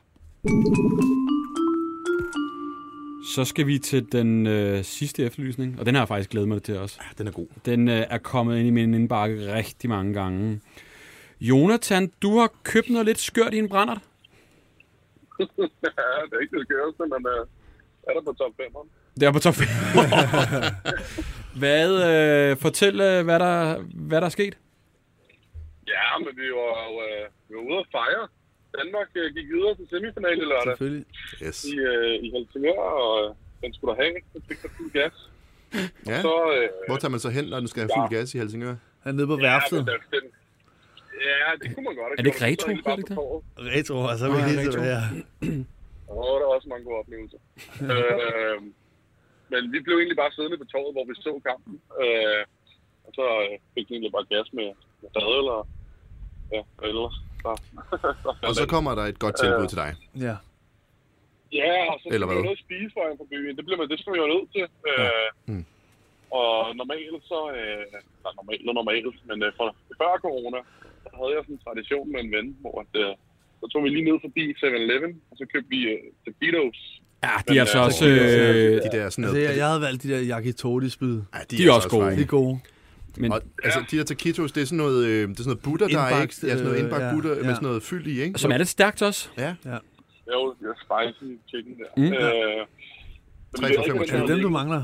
Så skal vi til den øh, sidste efterlysning, og den har jeg faktisk glædet mig til også. Ja, den er god. Den øh, er kommet ind i min indbakke rigtig mange gange. Jonathan, du har købt noget lidt skørt i en brændert. Ja, det er ikke det skøreste, men uh, er der på top fem. Det er på top fem. Hvad, øh, fortæl, øh, hvad, der, hvad der er sket. Ja, men vi var jo uh, vi var ude at fejre. Danmark uh, gik videre til semifinale lørdag Selvfølgelig. Yes. i, uh, i Helsingør, og uh, den skulle der have. Den fik der fuld gas. Ja. Så, uh, Hvor tager man så hen, når den skal have fuld gas i Helsingør? Han er nede på værftet. Ja, den, den, ja, det kunne man godt have Er det ikke gjort. retro, Så egentlig bare er det ikke på torvet. Retro, altså Nå, vi ja, helt retro. tilbage. Åh, der var også mange gode oplevelser. øh, men vi blev egentlig bare siddende på torvet, hvor vi så kampen. Øh, og så øh, fik vi egentlig bare gas med, med fadøl og ja, eller så. Og så kommer der et godt tilbud til dig. Ja. Ja, og så Eller skal vi hvad? jo noget at spise for en på byen. Det, bliver man, det skal vi jo nødt til. Øh, Mm. Og normalt så... Øh, nej, normalt og normalt, men øh, for, før corona, så havde jeg sådan en tradition med en ven, hvor at, øh, så tog vi lige ned forbi seven eleven, og så købte vi øh, taquitos. Ja, de er altså Men, også... øh, Øh, De der sådan Altså, noget... jeg, jeg havde valgt de der yakitori-spyd. Ja, de er også gode. De frække. er gode. men, Og, altså, de der taquitos, det er sådan noget, øh, det er sådan noget butter, der er ikke? Indbagt, Ja, sådan noget øh, indbagt ja, butter med ja. sådan noget fyld i, ikke? som er lidt stærkt også. Ja. Jo, det er spicy chicken der. Mm. Øh, men tre vi for ved ikke, femogtyve. Er det dem, du mangler?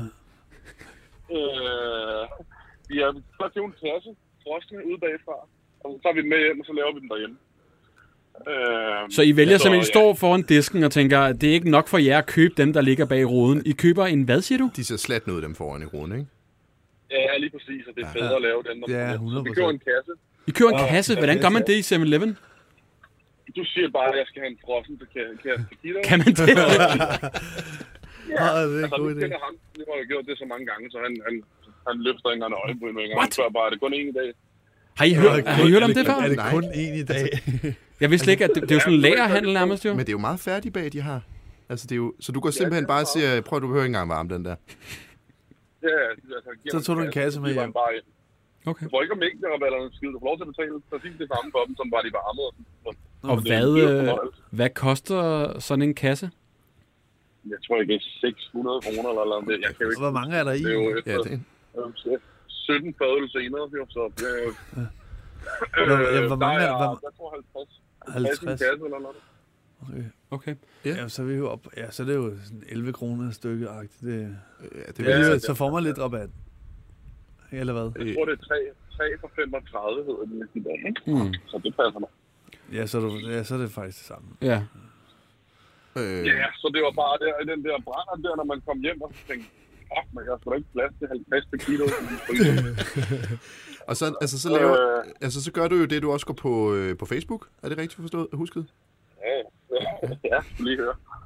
Øh, vi har så købt en kasse frosne ude bagfra, og så tager vi dem med hjem, og så laver vi dem derhjemme. Øh, Så I vælger så, simpelthen, I ja. står foran disken og tænker, at det er ikke nok for jer at købe dem, der ligger bag roden. I køber en, hvad siger du? De ser slat ud, dem foran i roden, ikke? Ja, lige præcis, og det er federe at lave den. når- Ja, så hundrede vi procent. køber en kasse. I køber en kasse. Hvordan gør man det i seven eleven? Du siger bare, at jeg skal have en frossen til kasse tequila. Kan man det? Ja, det er en Altså, god nu idé. kender ham. Nu har jeg gjort det så mange gange, så han, han, han løfter ikke engang øjenbryn med en gang. What? Han spørger bare, er det kun én i dag? Har I hørt, har I hørt om det før? Er det Nej. kun én i dag? Jeg vidste ikke, at det, det er jo sådan en lagerhandel nærmest jo. Men det er jo meget færdig bag, de har. Altså, det er jo, så du går simpelthen bare og siger, prøv, du behøver ikke engang varme den der. Ja, altså, giver Så mig tog du en kasse med giver hjem. mig bare ind. Okay. Du får ikke om ikke, der er skide. Du får lov til at betale præcis det samme for dem, som var de varme. Og det er hvad, en dyr øh, fornøjelse. hvad koster sådan en kasse? Jeg tror ikke, det er seks hundrede kroner eller noget. Jeg kan jo ikke. Hvor mange er der i? Det er jo Ja, efter det er sytten fadøl senere, jo, så det er jo... Hvor- ja, hvor mange er der? der? Hvor- Jeg tror halvtreds. halvtreds. halvtreds i en kasse eller noget. Okay. Okay. Ja, så er vi jo op. Ja, så er det jo sådan elleve kroner et stykke agtigt. Det, Ja, det det vil er jeg alligevel, sige. så får man lidt rabat. Eller hvad? Jeg tror, det er tre for femogtredive, hedder det i dag, ikke? Hmm. Så det passer mig. Ja, så er, du, ja, så er det faktisk det samme. Ja. Øh, Ja, så det var bare der i den der brænder der, når man kom hjem og tænkte, fuck, men jeg har sgu da ikke plads til halvtreds kilo. og så, altså, så, laver, Øh. altså, så gør du jo det, du også går på, øh, på Facebook. Er det rigtigt forstået? Husket? Ja, ja, ja, lige høre.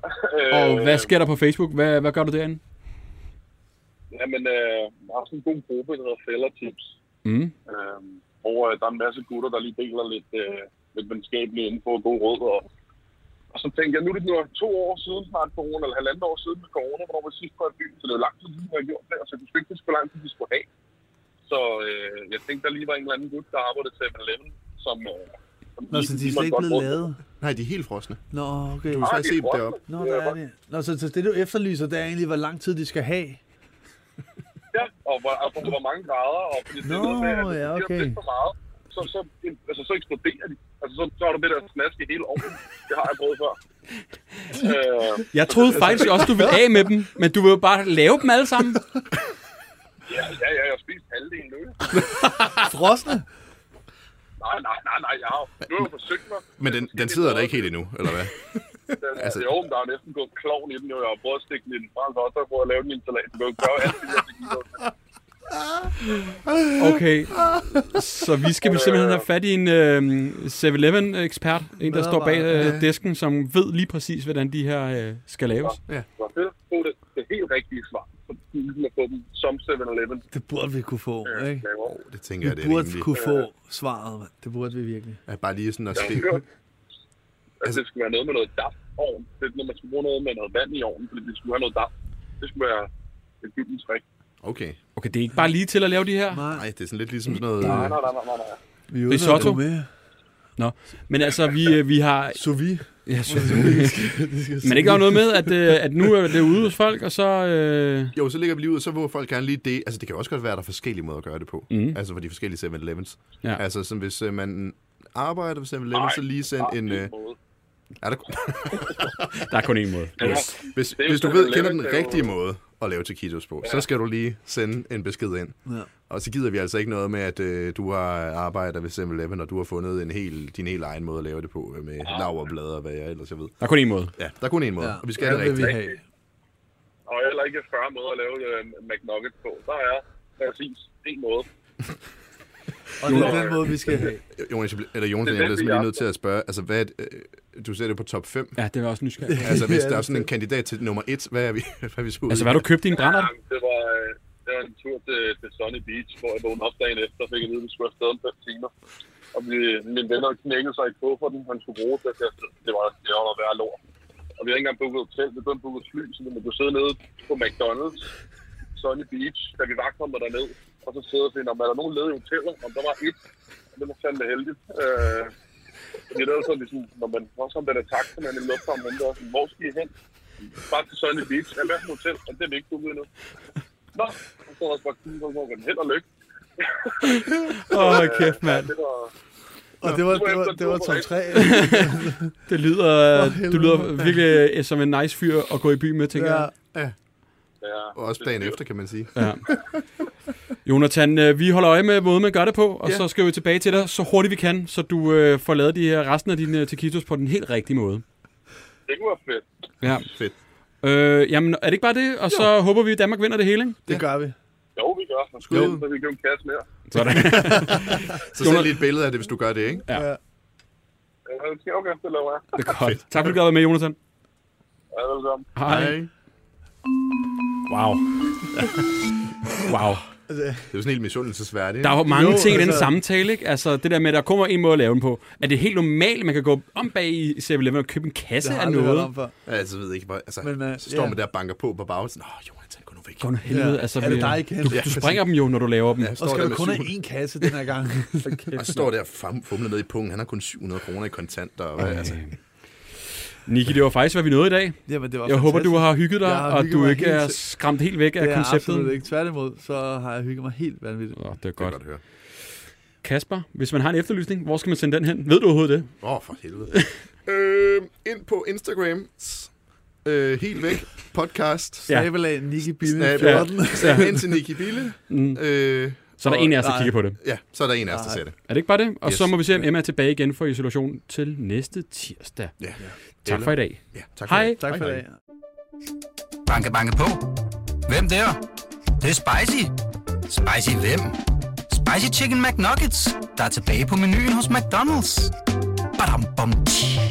Og hvad sker der på Facebook? Hvad, hvad gør du derinde? Jamen, øh, jeg har sådan en god gruppe, der hedder Fældertips. Mm. Øh, hvor øh, der er en masse gutter, der lige deler lidt, øh, lidt venskabeligt info og god råd. Og, og så tænkte jeg, nu er det nu to år siden snart corona, eller halvandet år siden med corona, hvor vi sidst på et by, så det er lang tid siden, jeg har gjort det, og så jeg kunne ikke hvor lang tid de skulle have. Så øh, jeg tænkte, der lige var en eller anden gut, der arbejdede til seven eleven, som... Øh, som Nå, så de er slet ikke blevet lavet? Nej, de er helt frosne. Nå, okay. Du har set det op. Nå, der er det. Nå, så, så det du efterlyser, det er egentlig, hvor lang tid de skal have? Ja, og hvor, altså, hvor mange grader, og fordi det Nå, er noget med, at ja, hvis de okay. har for meget, så, så, altså, så eksploderer de. Altså, så, så har du det der snask i hele ovnen. Det har jeg prøvet før. øh, Jeg troede faktisk også, du ville af med dem, men du vil jo bare lave dem alle sammen. Ja, ja, ja, jeg har spist halvdelen nu. Frosne? Nej, nej, nej, nej, jeg har nu har jeg forsøgt mig. Men den, den sidder der ikke helt endnu, eller hvad? Den, altså, jo, men der er næsten gået klovn i den, jo. Jeg har prøvet at stikke den i den fra, og så har jeg prøvet at lave den i en salat. Det kan jo gøre alt det, jeg skal give Okay, så vi skal simpelthen have fat i en øh, seven eleven ekspert, en der står bag øh, disken, som ved lige præcis, hvordan de her øh, skal laves. Ja. Så det er det, det helt rigtige svar. Så vi få dem som seven eleven. Det burde vi kunne få, Ja, ikke? Oh, det tænker jeg, Vi det er burde rimelig. kunne få svaret, mand. Det burde vi virkelig. Ja, bare lige sådan at Jeg har se. hørt, at det skal være noget med noget damp ovn. Det er, når man skal bruge noget med noget vand i ovnen, fordi det skulle have noget damp. Det skulle være et gyldent trick. Okay. Okay, det er ikke bare lige til at lave de her? Nej, Nej, det er sådan lidt ligesom sådan noget... Nej, nej, nej, nej, nej, nej. vi er jo Risotto? nødt med. Nå, men altså, vi, øh, vi har... Sous vide. Ja, så, men ikke der er noget med, at, øh, at nu er det ude hos folk, og så... Øh... Jo, så ligger vi lige ud, og så vil folk gerne lige det. Altså, det kan også godt være, at der er forskellige måder at gøre det på. Mm. Altså, for de forskellige seven elevens. Ja. Altså, som hvis øh, man arbejder på seven eleven, så lige send en... Øh... Er der... Der er kun én måde. Hvis, hvis, Det er jo hvis du seven ved, kender eleven, den det er jo- rigtige måde at lave taquitos på, så skal du lige sende en besked ind. Ja. Og så gider vi altså ikke noget med, at øh, du har arbejdet ved seven eleven, og du har fundet en hel, din helt egen måde at lave det på, øh, med laverblader og hvad jeg ellers jeg ved. Der er kun én måde. Ja, der er kun én måde, Ja. og vi skal have det Den vil vi rigtigt. have. Og heller ikke fyrre måder at lave uh, McNuggets på. Der er præcis en måde. Og det er den måde, vi skal have. Jonas, jeg bliver- eller Jonas, Det er jeg bliver den, sådan vi lige er. nødt til at spørge, altså hvad, er det, øh, du ser det på top fem. Ja, det var også nysgerrig. Altså hvis Ja, der er det sådan en er- kandidat til nummer et, hvad er vi, hvad er vi så ude Altså, i? hvad har du købt i en brænder? Jamen, det var, øh, det var en tur til, til Sunny Beach, hvor jeg vågnede op dagen efter og fik at vide, at vi skulle afsted om fem timer. Og vi, mine venner knækkede sig i kufferten, han skulle bruge det. Det var, det var noget værre lort. Og vi havde ikke engang booket hotel, vi begyndte booket fly, så vi kunne sidde nede på McDonald's, Sunny Beach, da vi var kommet derned. Og så sidder vi, om er der nogen ledige hoteller, om der var et, og det var fandme heldigt. Øh, fordi det er jo sådan, ligesom, når man også om den der taxa, man i lufthavn henter, sådan, hvor skal I hen? Bare til Sunny Beach. Ja, hvad for et hotel? Og det er vi ikke booket endnu. Nå, så står der også bare kigge på, hvor kan held og lykke. Åh, oh, kæft, mand. Det var... Og det var, det var, det var top tre. Det lyder, du lyder virkelig øh, som en nice fyr at gå i by med, tænker Ja. jeg. Ja, Ja, og også dagen efter, kan man sige. Ja. Jonathan, øh, vi holder øje med måden, man gør det på, og Ja. så skal vi tilbage til dig så hurtigt vi kan, så du øh, får lavet de her, resten af dine taquitos på den helt rigtige måde. det kunne være fedt. Ja. Fedt. Øh, jamen, er det ikke bare det? Og så håber vi, at Danmark vinder det hele, ikke? Det gør vi. Jo, vi gør. Så, Jo. så vi kan jo en kasse mere. Sådan. Så send lige et billede af det, hvis du gør det, ikke? Ja. Ja. Ja, okay, det laver jeg. Det er godt. Tak fordi du gad være med, Jonathan. Ja, velkommen. Hej. Wow. Wow. Det er jo sådan helt misundelsesværdigt. Der er jo mange Jo, ting i den altså- samtale, ikke? Altså, det der med, at der kommer en måde at lave den på. Er det helt normalt, man kan gå om bag i seven eleven og købe en kasse Det har af jeg aldrig hørt noget? om før. Ja, altså, ved ikke, bare, altså, Men, øh, så står ja. man der og banker på på bagsiden. Åh, Jonathan, gå nu væk. Gå nu helvede. Ja. Altså, Er det vi- dig igen? Du, Ja, du springer dem jo, når du laver dem. Ja, Og står skal der du med kun have syv- én kasse den her gang? Og så står der og fumler ned i pungen. Han har kun syv hundrede kroner i kontanter. Og, hvad, altså. Niki, det var faktisk, hvad vi nåede i dag. Jamen, det var Jeg håber, fantastisk. du har hygget dig, Jeg har og hygget du mig ikke helt er til- skræmt helt væk af Det er konceptet. absolut ikke. Tværtimod, så har jeg hygget mig helt vanvittigt. Åh, det er Det er godt. godt at høre. Kasper, hvis man har en efterlysning, hvor skal man sende den hen? Ved du overhovedet det? Åh, oh, for helvede. øh, ind på Instagram. Øh, helt væk. Podcast. Ja. Snabelag Niki Bille Snab- fjorten. Send ind til Niki Bille. Mm. Øh, Så er der og- en af os, der nej. kigger på det. Ja, så er der en af os, der Nej. ser det. Er det ikke bare det? Og Yes. så må vi se, om Emma er tilbage igen for isolation til næste tirsdag. Ja. Tak for i dag. Ja, tak for Hej. det. Tak for i dag. Banke, banke på. Hvem der? Det, det er spicy. Spicy hvem? Spicy Chicken McNuggets, der er tilbage på menuen hos McDonald's. Badum, bom, tji.